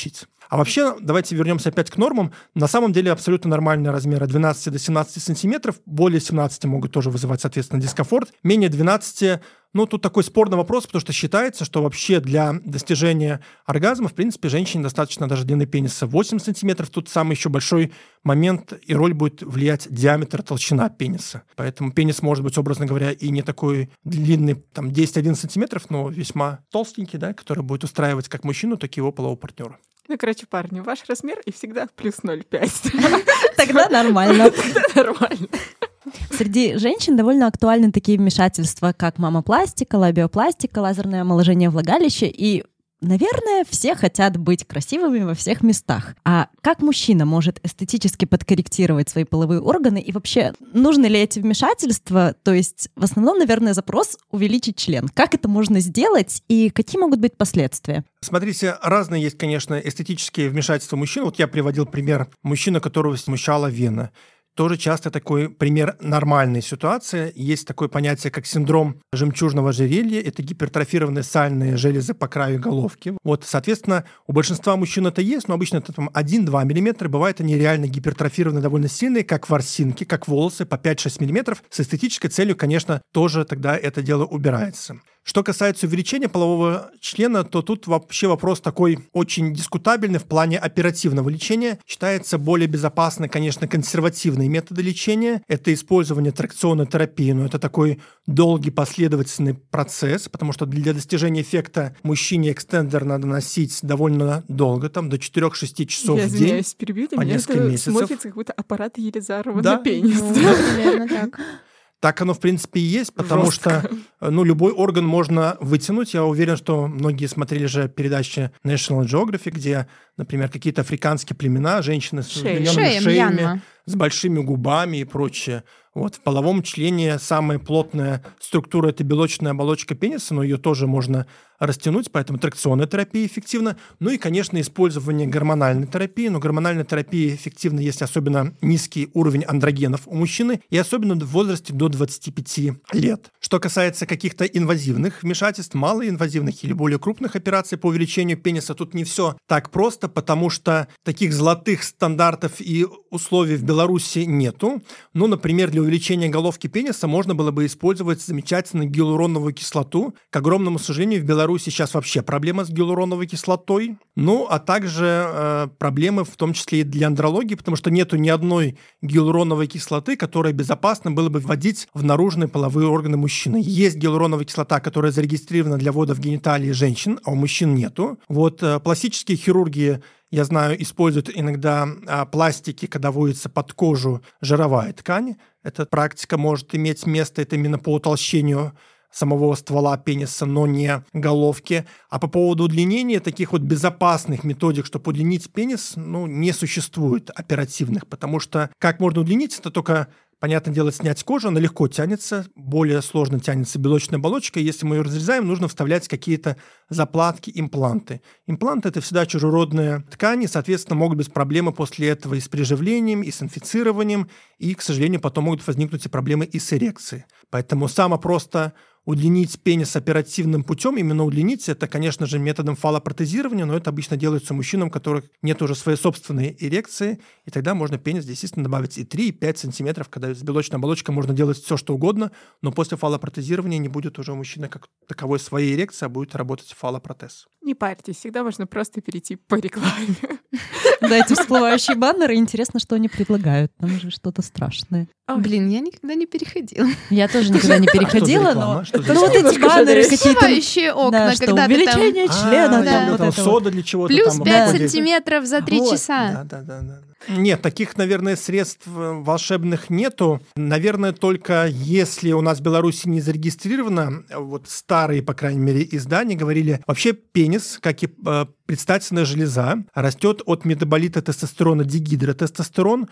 А вообще, давайте вернемся опять к нормам. На самом деле абсолютно нормальные размеры двенадцать до семнадцати сантиметров. Более семнадцати могут тоже вызывать, соответственно, дискомфорт. Менее двенадцати, ну, тут такой спорный вопрос, потому что считается, что вообще для достижения оргазма, в принципе, женщине достаточно даже длины пениса восемь сантиметров. Тут самый еще большой момент и роль будет влиять диаметр, толщина пениса. Поэтому пенис может быть, образно говоря, и не такой длинный, там, десять-одиннадцать сантиметров, но весьма толстенький, да, который будет устраивать как мужчину, так и его полового партнера. Ну, короче, парни, ваш размер и всегда плюс ноль целых пять. Тогда нормально. Тогда нормально. Среди женщин довольно актуальны такие вмешательства, как мамопластика, лабиопластика, лазерное омоложение влагалища. И, наверное, все хотят быть красивыми во всех местах. А как мужчина может эстетически подкорректировать свои половые органы? И вообще, нужны ли эти вмешательства? То есть, в основном, наверное, запрос увеличить член. Как это можно сделать и какие могут быть последствия? Смотрите, разные есть, конечно, эстетические вмешательства мужчин. Вот я приводил пример мужчины, которого смущала вена. Тоже часто такой пример нормальной ситуации. Есть такое понятие, как синдром жемчужного ожерелья. Это гипертрофированные сальные железы по краю головки. Вот, соответственно, у большинства мужчин это есть, но обычно это там один-два миллиметра. Бывает, они реально гипертрофированные, довольно сильные, как ворсинки, как волосы по пять-шесть миллиметров. С эстетической целью, конечно, тоже тогда это дело убирается. Что касается увеличения полового члена, то тут вообще вопрос такой очень дискутабельный в плане оперативного лечения. Считается более безопасны, конечно, консервативные методы лечения. Это использование тракционной терапии, но это такой долгий последовательный процесс, потому что для достижения эффекта мужчине экстендер надо носить довольно долго, там до четырех-шести часов Я в день. Я извиняюсь, перебью, по меня несколько это месяцев. смотрится как будто аппарат Елизарова Да? на пенис. Ну, примерно так. Так оно, в принципе, и есть, потому Жестко. что ну, любой орган можно вытянуть. Я уверен, что многие смотрели же передачи National Geographic, где, например, какие-то африканские племена, женщины с Шеи. удлиненными Шея, шеями, Мьянма. с большими губами и прочее. Вот, в половом члене самая плотная структура – это белочная оболочка пениса, но ее тоже можно растянуть, поэтому тракционная терапия эффективна. Ну и, конечно, использование гормональной терапии. Но гормональная терапия эффективна, если особенно низкий уровень андрогенов у мужчины, и особенно в возрасте до двадцати пяти лет. Что касается каких-то инвазивных вмешательств, малоинвазивных или более крупных операций по увеличению пениса, тут не все так просто, потому что таких золотых стандартов и условий в Беларуси нету. Ну, например, для увеличения головки пениса можно было бы использовать замечательную гиалуроновую кислоту. К огромному сожалению, в Беларуси сейчас вообще проблема с гиалуроновой кислотой. Ну, а также э, проблемы в том числе и для андрологии, потому что нету ни одной гиалуроновой кислоты, которая безопасно было бы вводить в наружные половые органы мужчины. Есть гиалуроновая кислота, которая зарегистрирована для ввода в гениталии женщин, а у мужчин нету. Вот э, пластические хирурги, я знаю, используют иногда а, пластики, когда вводится под кожу жировая ткань. Эта практика может иметь место, это именно по утолщению самого ствола пениса, но не головки. А по поводу удлинения таких вот безопасных методик, чтобы удлинить пенис, ну, не существует оперативных, потому что как можно удлинить, это только, понятное дело, снять кожу, она легко тянется, более сложно тянется белочная оболочка. Если мы ее разрезаем, нужно вставлять какие-то заплатки, импланты. Импланты – это всегда чужеродные ткани, соответственно, могут быть проблемы после этого и с приживлением, и с инфицированием, и, к сожалению, потом могут возникнуть и проблемы и с эрекцией. Поэтому самое просто удлинить пенис оперативным путем, именно удлинить, это, конечно же, методом фалопротезирования, но это обычно делается мужчинам, у которых нет уже своей собственной эрекции, и тогда можно пенис действительно добавить и три, и пять сантиметров, когда с белочной оболочкой можно делать все, что угодно, но после фалопротезирования не будет уже у мужчины как таковой своей эрекции, а будет работать фалопротез. Не парьтесь, всегда можно просто перейти по рекламе. Да, эти всплывающие баннеры, интересно, что они предлагают. Там же что-то страшное. Ой. Блин, я никогда не переходила. Я тоже никогда не переходила, но... Что за Ну вот реклама? эти баннеры какие-то... Всплывающие окна, Да, что когда ты там... увеличение А, члена. я там думал, вот там это вот. сода для чего-то Плюс там пять вводить. сантиметров за три Вот. часа. Да, да, да, да. Нет, таких, наверное, средств волшебных нету. Наверное, только если у нас в Беларуси не зарегистрировано, вот старые, по крайней мере, издания говорили, вообще пенис, как и э, предстательная железа, растет от метаболита тестостерона дигидротестостерон.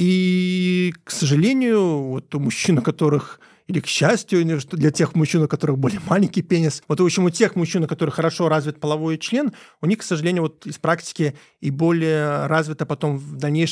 И, к сожалению, вот у мужчин, у которых... Или, к счастью, для тех мужчин, у которых более маленький пенис. Вот, в общем, у тех мужчин, у которых хорошо развит половой член, у них, к сожалению, вот из практики и более развито потом в дальнейшем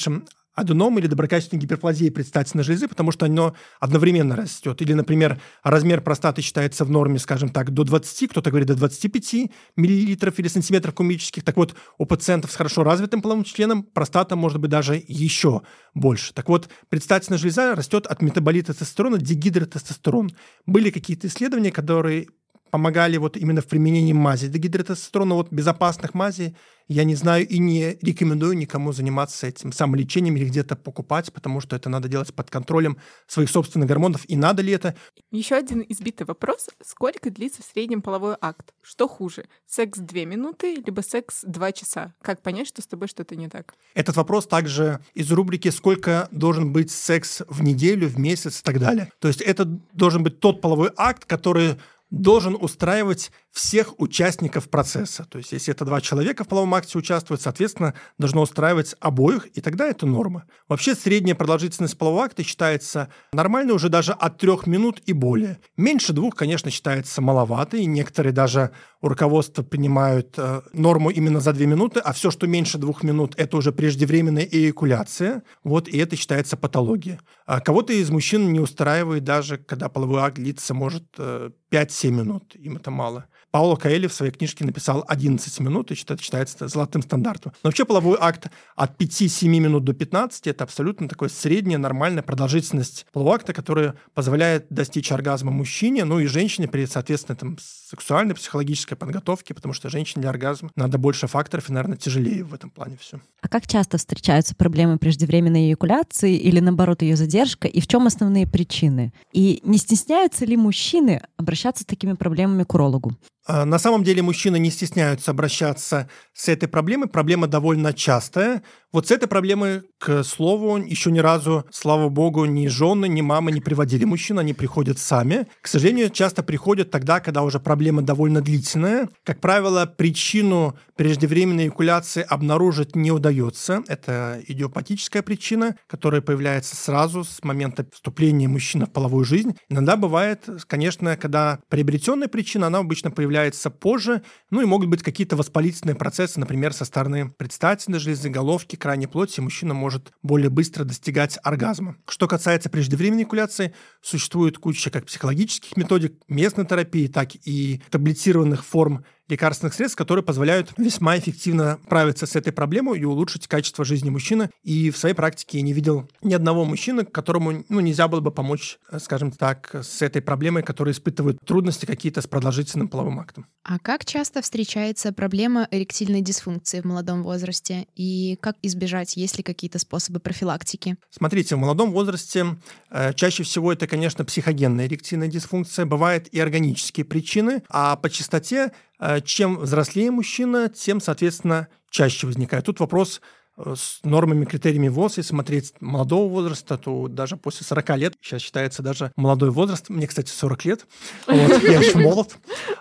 аденом или доброкачественной гиперплазии предстательной железы, потому что оно одновременно растет. Или, например, размер простаты считается в норме, скажем так, до двадцати, кто-то говорит до двадцати пяти миллилитров или сантиметров кубических. Так вот, у пациентов с хорошо развитым половым членом простата может быть даже еще больше. Так вот, предстательная железа растет от метаболита тестостерона, дигидротестостерон. Были какие-то исследования, которые помогали вот именно в применении мази дигидротестостерона, вот безопасных мазей, я не знаю и не рекомендую никому заниматься этим самолечением или где-то покупать, потому что это надо делать под контролем своих собственных гормонов. И надо ли это? Еще один избитый вопрос. Сколько длится в среднем половой акт? Что хуже? Секс две минуты, либо секс два часа? Как понять, что с тобой что-то не так? Этот вопрос также из рубрики «Сколько должен быть секс в неделю, в месяц» и так далее. То есть это должен быть тот половой акт, который должен устраивать всех участников процесса. То есть если это два человека в половом акте участвуют, соответственно, должно устраивать обоих, и тогда это норма. Вообще средняя продолжительность полового акта считается нормальной уже даже от трех минут и более. Меньше двух, конечно, считается маловато, и некоторые даже у руководства принимают э, норму именно за две минуты, а все, что меньше двух минут, это уже преждевременная эякуляция, вот, и это считается патологией. А кого-то из мужчин не устраивает даже, когда половой акт длится, может, э, пять-семь минут, им это мало. Пауло Коэльо в своей книжке написал одиннадцать минут, и это считается золотым стандартом. Но вообще половой акт от пяти-семи минут до пятнадцати – это абсолютно такая средняя, нормальная продолжительность полового акта, которая позволяет достичь оргазма мужчине, ну и женщине при, соответственно, там, сексуальной, психологической подготовке, потому что женщине для оргазма надо больше факторов, и, наверное, тяжелее в этом плане все. А как часто встречаются проблемы преждевременной эякуляции или, наоборот, ее задержка, и в чем основные причины? И не стесняются ли мужчины обращаться с такими проблемами к урологу? На самом деле мужчины не стесняются обращаться с этой проблемой. Проблема довольно частая. Вот с этой проблемой, к слову, еще ни разу, слава богу, ни жены, ни мамы не приводили мужчин, они приходят сами. К сожалению, часто приходят тогда, когда уже проблема довольно длительная. Как правило, причину преждевременной эякуляции обнаружить не удается. Это идиопатическая причина, которая появляется сразу с момента вступления мужчины в половую жизнь. Иногда бывает, конечно, когда приобретенная причина, она обычно появляется позже, ну и могут быть какие-то воспалительные процессы, например, со стороны предстательной железы, головки, крайней плоти, мужчина может более быстро достигать оргазма. Что касается преждевременной эякуляции, существует куча как психологических методик местной терапии, так и таблетированных форм лекарственных средств, которые позволяют весьма эффективно справиться с этой проблемой и улучшить качество жизни мужчины. И в своей практике я не видел ни одного мужчины, которому ну, нельзя было бы помочь, скажем так, с этой проблемой, который испытывает трудности какие-то с продолжительным половым актом. А как часто встречается проблема эректильной дисфункции в молодом возрасте? И как избежать, есть ли какие-то способы профилактики? Смотрите, в молодом возрасте э, чаще всего это, конечно, психогенная эректильная дисфункция. Бывают и органические причины, а по частоте чем взрослее мужчина, тем, соответственно, чаще возникает. Тут вопрос с нормами, критериями ВОЗ. Если смотреть молодого возраста, то даже после сорока лет, сейчас считается даже молодой возраст, мне, кстати, сорок лет, вот, я еще молод.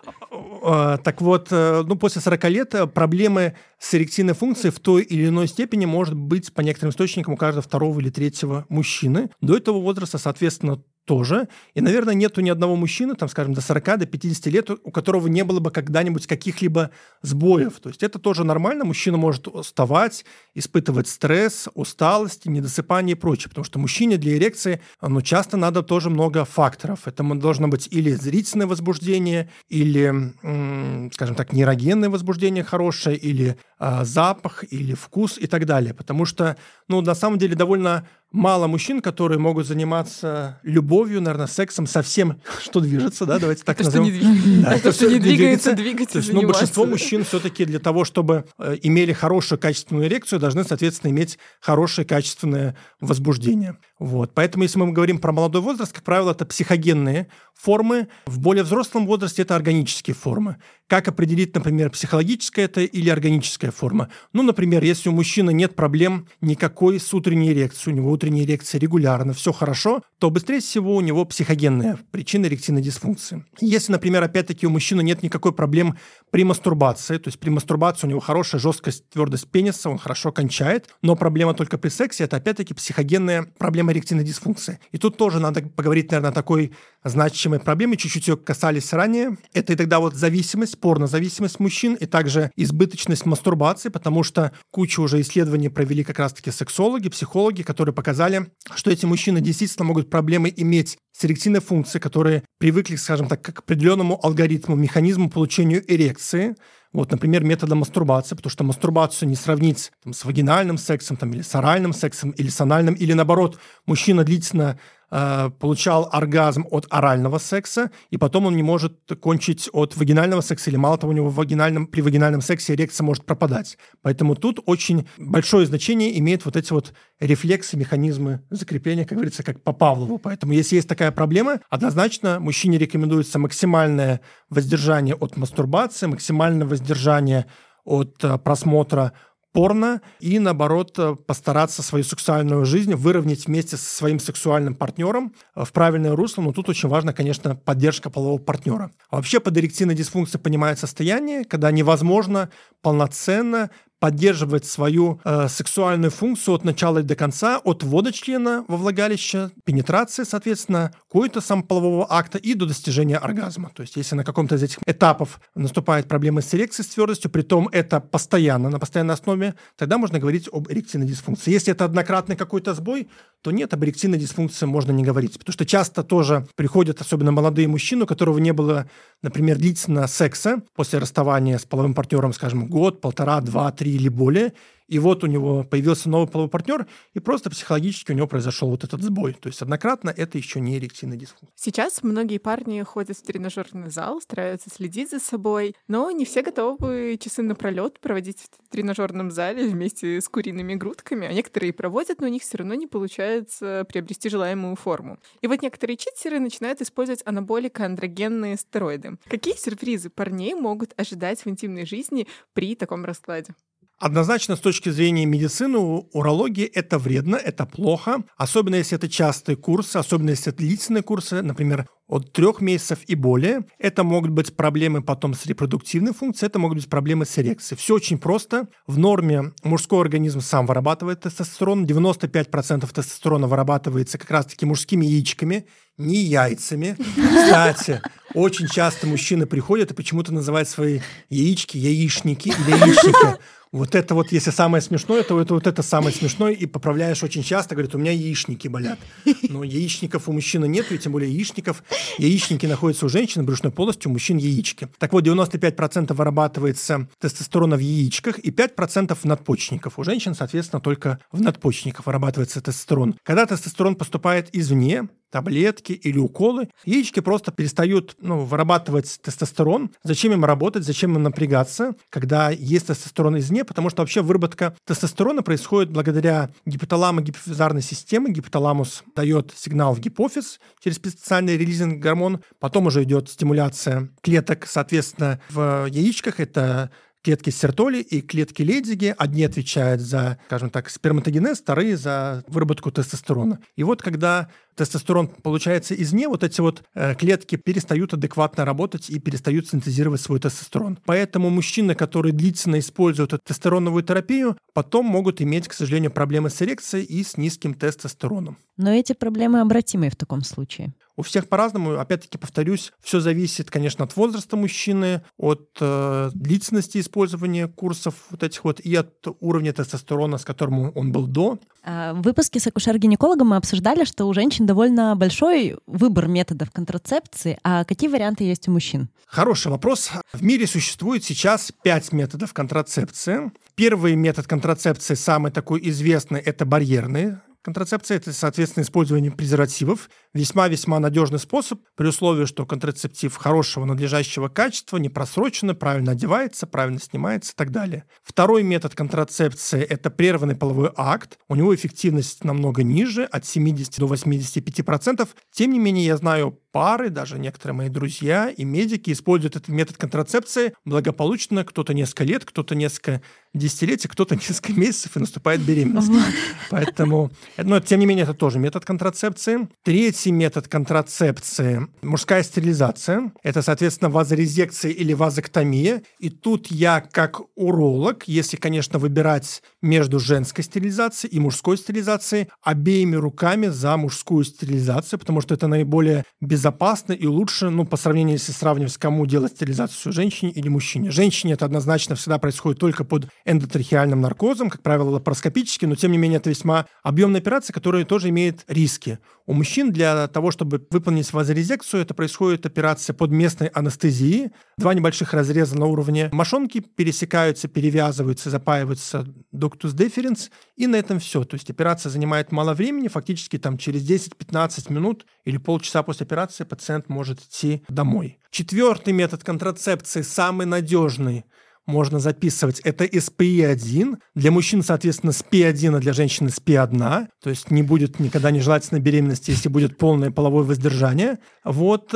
Так вот, ну, после сорока лет проблемы с эректильной функцией в той или иной степени может быть по некоторым источникам у каждого второго или третьего мужчины. До этого возраста, соответственно, тоже. И, наверное, нету ни одного мужчины, там, скажем, до сорока, до пятидесяти лет, у которого не было бы когда-нибудь каких-либо сбоев. То есть это тоже нормально. Мужчина может уставать, испытывать стресс, усталость, недосыпание и прочее. Потому что мужчине для эрекции ну, часто надо тоже много факторов. Это должно быть или зрительное возбуждение, или, м- скажем так, нейрогенное возбуждение хорошее, или э, запах, или вкус и так далее. Потому что, ну, на самом деле довольно мало мужчин, которые могут заниматься любовью, наверное, сексом со всем, что движется, да, давайте так это назовем. Что не двиг... да, это, что не двигается, двигаться, То есть, ну, большинство мужчин все-таки для того, чтобы э, имели хорошую качественную эрекцию, должны, соответственно, иметь хорошее качественное возбуждение. Вот. Поэтому, если мы говорим про молодой возраст, как правило, это психогенные формы. В более взрослом возрасте это органические формы. Как определить, например, психологическая это или органическая форма? Ну, например, если у мужчины нет проблем никакой с утренней эрекцией, у него утренняя эрекция регулярно, все хорошо, то быстрее всего у него психогенная причина эректильной дисфункции. Если, например, опять-таки у мужчины нет никакой проблем при мастурбации, то есть при мастурбации у него хорошая жесткость, твердость пениса, он хорошо кончает, но проблема только при сексе – это опять-таки психогенная проблема эректильной дисфункции. И тут тоже надо поговорить, наверное, о такой значимой проблеме, чуть-чуть ее касались ранее. Это и тогда вот зависимость, порнозависимость мужчин и также избыточность мастурбации, потому что кучу уже исследований провели как раз-таки сексологи, психологи, которые показали, что эти мужчины действительно могут проблемы иметь с эректильной функцией, которые привыкли, скажем так, к определенному алгоритму, механизму получения эрекции. Вот, например, методом мастурбации, потому что мастурбацию не сравнить там, с вагинальным сексом там, или с оральным сексом, или с анальным, или наоборот, мужчина длительно э, получал оргазм от орального секса, и потом он не может кончить от вагинального секса, или мало того, у него в вагинальном, при вагинальном сексе эрекция может пропадать. Поэтому тут очень большое значение имеют вот эти вот рефлексы, механизмы закрепления, как говорится, как по Павлову. Поэтому если есть такая проблема, однозначно мужчине рекомендуется максимальное воздержание от мастурбации, максимальное воздержание от э, просмотра порно и, наоборот, постараться свою сексуальную жизнь выровнять вместе со своим сексуальным партнером в правильное русло. Но тут очень важно, конечно, поддержка полового партнера. А вообще под эректильной дисфункцией понимает состояние, когда невозможно полноценно поддерживать свою э, сексуальную функцию от начала и до конца, от ввода члена во влагалище, пенетрации, соответственно, коита самополового акта и до достижения оргазма. То есть если на каком-то из этих этапов наступают проблемы с эрекцией, с твердостью, притом это постоянно, на постоянной основе, тогда можно говорить об эректильной дисфункции. Если это однократный какой-то сбой, то нет, об эректильной дисфункции можно не говорить. Потому что часто тоже приходят, особенно молодые мужчины, у которого не было, например, длительно секса после расставания с половым партнером, скажем, год, полтора, два, три или более, и вот у него появился новый половой партнер, и просто психологически у него произошел вот этот сбой. То есть однократно это еще не эректильная дисфункция. Сейчас многие парни ходят в тренажерный зал, стараются следить за собой, но не все готовы часы напролет проводить в тренажерном зале вместе с куриными грудками, а некоторые проводят, но у них все равно не получается приобрести желаемую форму. И вот некоторые читеры начинают использовать анаболико-андрогенные стероиды. Какие сюрпризы парней могут ожидать в интимной жизни при таком раскладе? Однозначно, с точки зрения медицины, урологии это вредно, это плохо, особенно если это частые курсы, особенно если это длительные курсы, например, от трех месяцев и более. Это могут быть проблемы потом с репродуктивной функцией, это могут быть проблемы с эрекцией. Все очень просто. В норме мужской организм сам вырабатывает тестостерон. девяносто пять процентов тестостерона вырабатывается как раз-таки мужскими яичками, не яйцами. Кстати, очень часто мужчины приходят и почему-то называют свои яички яичники или яичники. Вот это вот, если самое смешное, то это вот это самое смешное, и поправляешь очень часто, говорит, у меня яичники болят. Но яичников у мужчины нет, и тем более яичников. Яичники находятся у женщин, брюшной полости, у мужчин яички. Так вот, девяносто пять процентов вырабатывается тестостерона в яичках и пять процентов в надпочечниках. У женщин, соответственно, только в надпочечниках вырабатывается тестостерон. Когда тестостерон поступает извне, таблетки или уколы, яички просто перестают ну, вырабатывать тестостерон. Зачем им работать, зачем им напрягаться, когда есть тестостерон извне? Потому что вообще выработка тестостерона происходит благодаря гипоталамо-гипофизарной системе. Гипоталамус дает сигнал в гипофиз через специальный релизинг гормон. Потом уже идет стимуляция клеток, соответственно, в яичках. Это клетки Сертоли и клетки Лейдзиги. Одни отвечают за, скажем так, сперматогенез, вторые за выработку тестостерона. И вот когда тестостерон получается извне, вот эти вот э, клетки перестают адекватно работать и перестают синтезировать свой тестостерон. Поэтому мужчины, которые длительно используют тестостероновую терапию, потом могут иметь, к сожалению, проблемы с эрекцией и с низким тестостероном. Но эти проблемы обратимые в таком случае. У всех по-разному. Опять-таки, повторюсь, все зависит, конечно, от возраста мужчины, от э, длительности использования курсов вот этих вот и от уровня тестостерона, с которым он был до. В выпуске с акушер-гинекологом мы обсуждали, что у женщин довольно большой выбор методов контрацепции. А какие варианты есть у мужчин? Хороший вопрос. В мире существует сейчас пять методов контрацепции. Первый метод контрацепции, самый такой известный, это барьерный. Контрацепция – это, соответственно, использование презервативов. Весьма-весьма надежный способ, при условии, что контрацептив хорошего, надлежащего качества, не просроченный, правильно одевается, правильно снимается и так далее. Второй метод контрацепции – это прерванный половой акт. У него эффективность намного ниже, от семидесяти до восьмидесяти пяти процентов. Тем не менее, я знаю пары, даже некоторые мои друзья и медики используют этот метод контрацепции благополучно. Кто-то несколько лет, кто-то несколько десятилетие, кто-то несколько месяцев, и наступает беременность. Поэтому, но тем не менее, это тоже метод контрацепции. Третий метод контрацепции – мужская стерилизация. Это, соответственно, вазорезекция или вазоктомия. И тут я, как уролог, если, конечно, выбирать между женской стерилизацией и мужской стерилизацией, обеими руками за мужскую стерилизацию, потому что это наиболее безопасно и лучше, ну, по сравнению, если сравнивать, кому делать стерилизацию, женщине или мужчине. Женщине это однозначно всегда происходит только под эндотрахеальным наркозом, как правило, лапароскопически, но, тем не менее, это весьма объемная операция, которая тоже имеет риски. У мужчин для того, чтобы выполнить вазорезекцию, это происходит операция под местной анестезией. Два небольших разреза на уровне мошонки пересекаются, перевязываются, запаиваются ductus deferens, и на этом все. То есть операция занимает мало времени, фактически там через десять-пятнадцать минут или полчаса после операции пациент может идти домой. Четвертый метод контрацепции, самый надежный, можно записывать, это эс пэ и один. Для мужчин, соответственно, эс пэ один, а для женщин эс пэ один. То есть не будет никогда нежелательной беременности, если будет полное половое воздержание. Вот.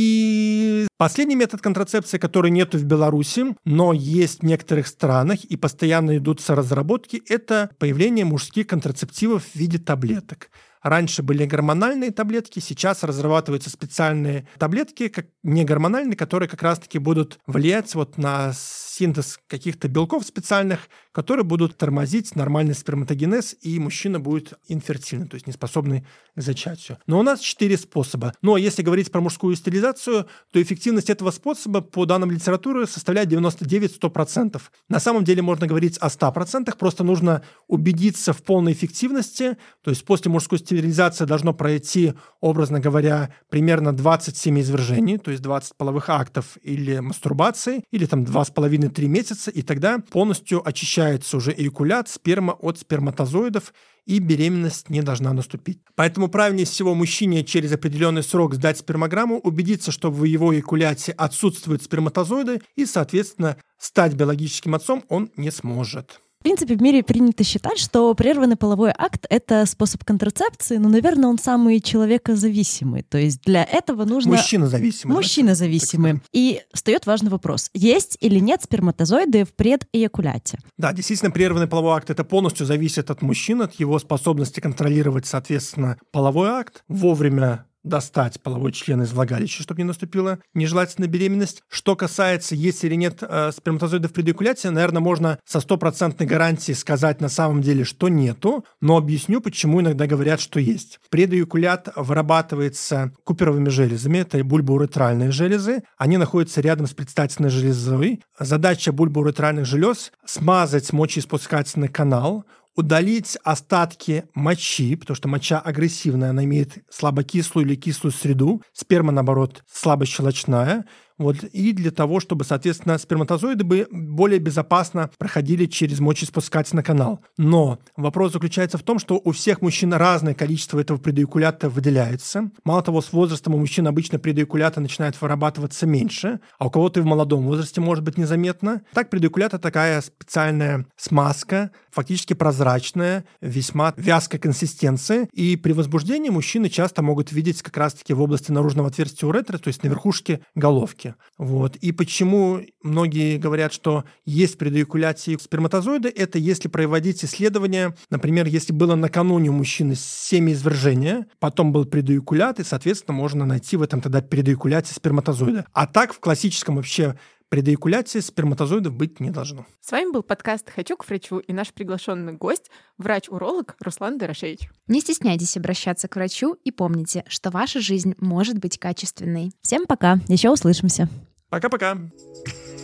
И последний метод контрацепции, который нету в Беларуси, но есть в некоторых странах и постоянно идут разработки, это появление мужских контрацептивов в виде таблеток. Раньше были гормональные таблетки, сейчас разрабатываются специальные таблетки, как негормональные, которые как раз-таки будут влиять вот на синтез каких-то белков специальных, которые будут тормозить нормальный сперматогенез, и мужчина будет инфертильный, то есть неспособный к зачатию. Но у нас четыре способа. Но если говорить про мужскую стерилизацию, то эффективность этого способа по данным литературы составляет девяносто девять - сто процентов. На самом деле можно говорить о ста процентах, просто нужно убедиться в полной эффективности, то есть после мужской стерилизации должно пройти, образно говоря, примерно двадцать семь извержений, то есть двадцать половых актов или мастурбации, или там два с половиной - три месяца, и тогда полностью очищается уже эякулят, сперма от сперматозоидов, и беременность не должна наступить. Поэтому правильнее всего мужчине через определенный срок сдать спермограмму, убедиться, что в его эякуляте отсутствуют сперматозоиды, и, соответственно, стать биологическим отцом он не сможет. В принципе, в мире принято считать, что прерванный половой акт — это способ контрацепции, но, наверное, он самый человекозависимый. То есть для этого нужно... Мужчина-зависимый. Мужчина-зависимый. И встает важный вопрос. Есть или нет сперматозоиды в предэякуляте? Да, действительно, прерванный половой акт — это полностью зависит от мужчины, от его способности контролировать, соответственно, половой акт, вовремя достать половой член из влагалища, чтобы не наступила нежелательная беременность. Что касается, есть или нет э, сперматозоидов в предэякуляте, наверное, можно со стопроцентной гарантией сказать на самом деле, что нету, но объясню, почему иногда говорят, что есть. Предэякулят вырабатывается куперовыми железами, это бульбоуретральные железы, они находятся рядом с предстательной железой. Задача бульбоуретральных желез – смазать мочеиспускательный канал, удалить остатки мочи, потому что моча агрессивная, она имеет слабокислую или кислую среду, сперма, наоборот, слабощелочная. Вот, и для того, чтобы, соответственно, сперматозоиды бы более безопасно проходили через мочеиспускательный канал. Но вопрос заключается в том, что у всех мужчин разное количество этого предэякулята выделяется. Мало того, с возрастом у мужчин обычно предэякулята начинает вырабатываться меньше, а у кого-то и в молодом возрасте может быть незаметно. Так, предэякулят — это такая специальная смазка, фактически прозрачная, весьма вязкой консистенции. И при возбуждении мужчины часто могут видеть как раз-таки в области наружного отверстия уретры, то есть на верхушке головки. Вот. И почему многие говорят, что есть в предэякуляте сперматозоиды, это если проводить исследования, например, если было накануне у мужчины семяизвержение, потом был предэякулят, и, соответственно, можно найти в этом тогда предэякуляте сперматозоиды. А так в классическом вообще предэякуляте сперматозоидов быть не должно. С вами был подкаст «Хочу к врачу» и наш приглашенный гость, врач-уролог Руслан Дорошевич. Не стесняйтесь обращаться к врачу и помните, что ваша жизнь может быть качественной. Всем пока, еще услышимся. Пока-пока.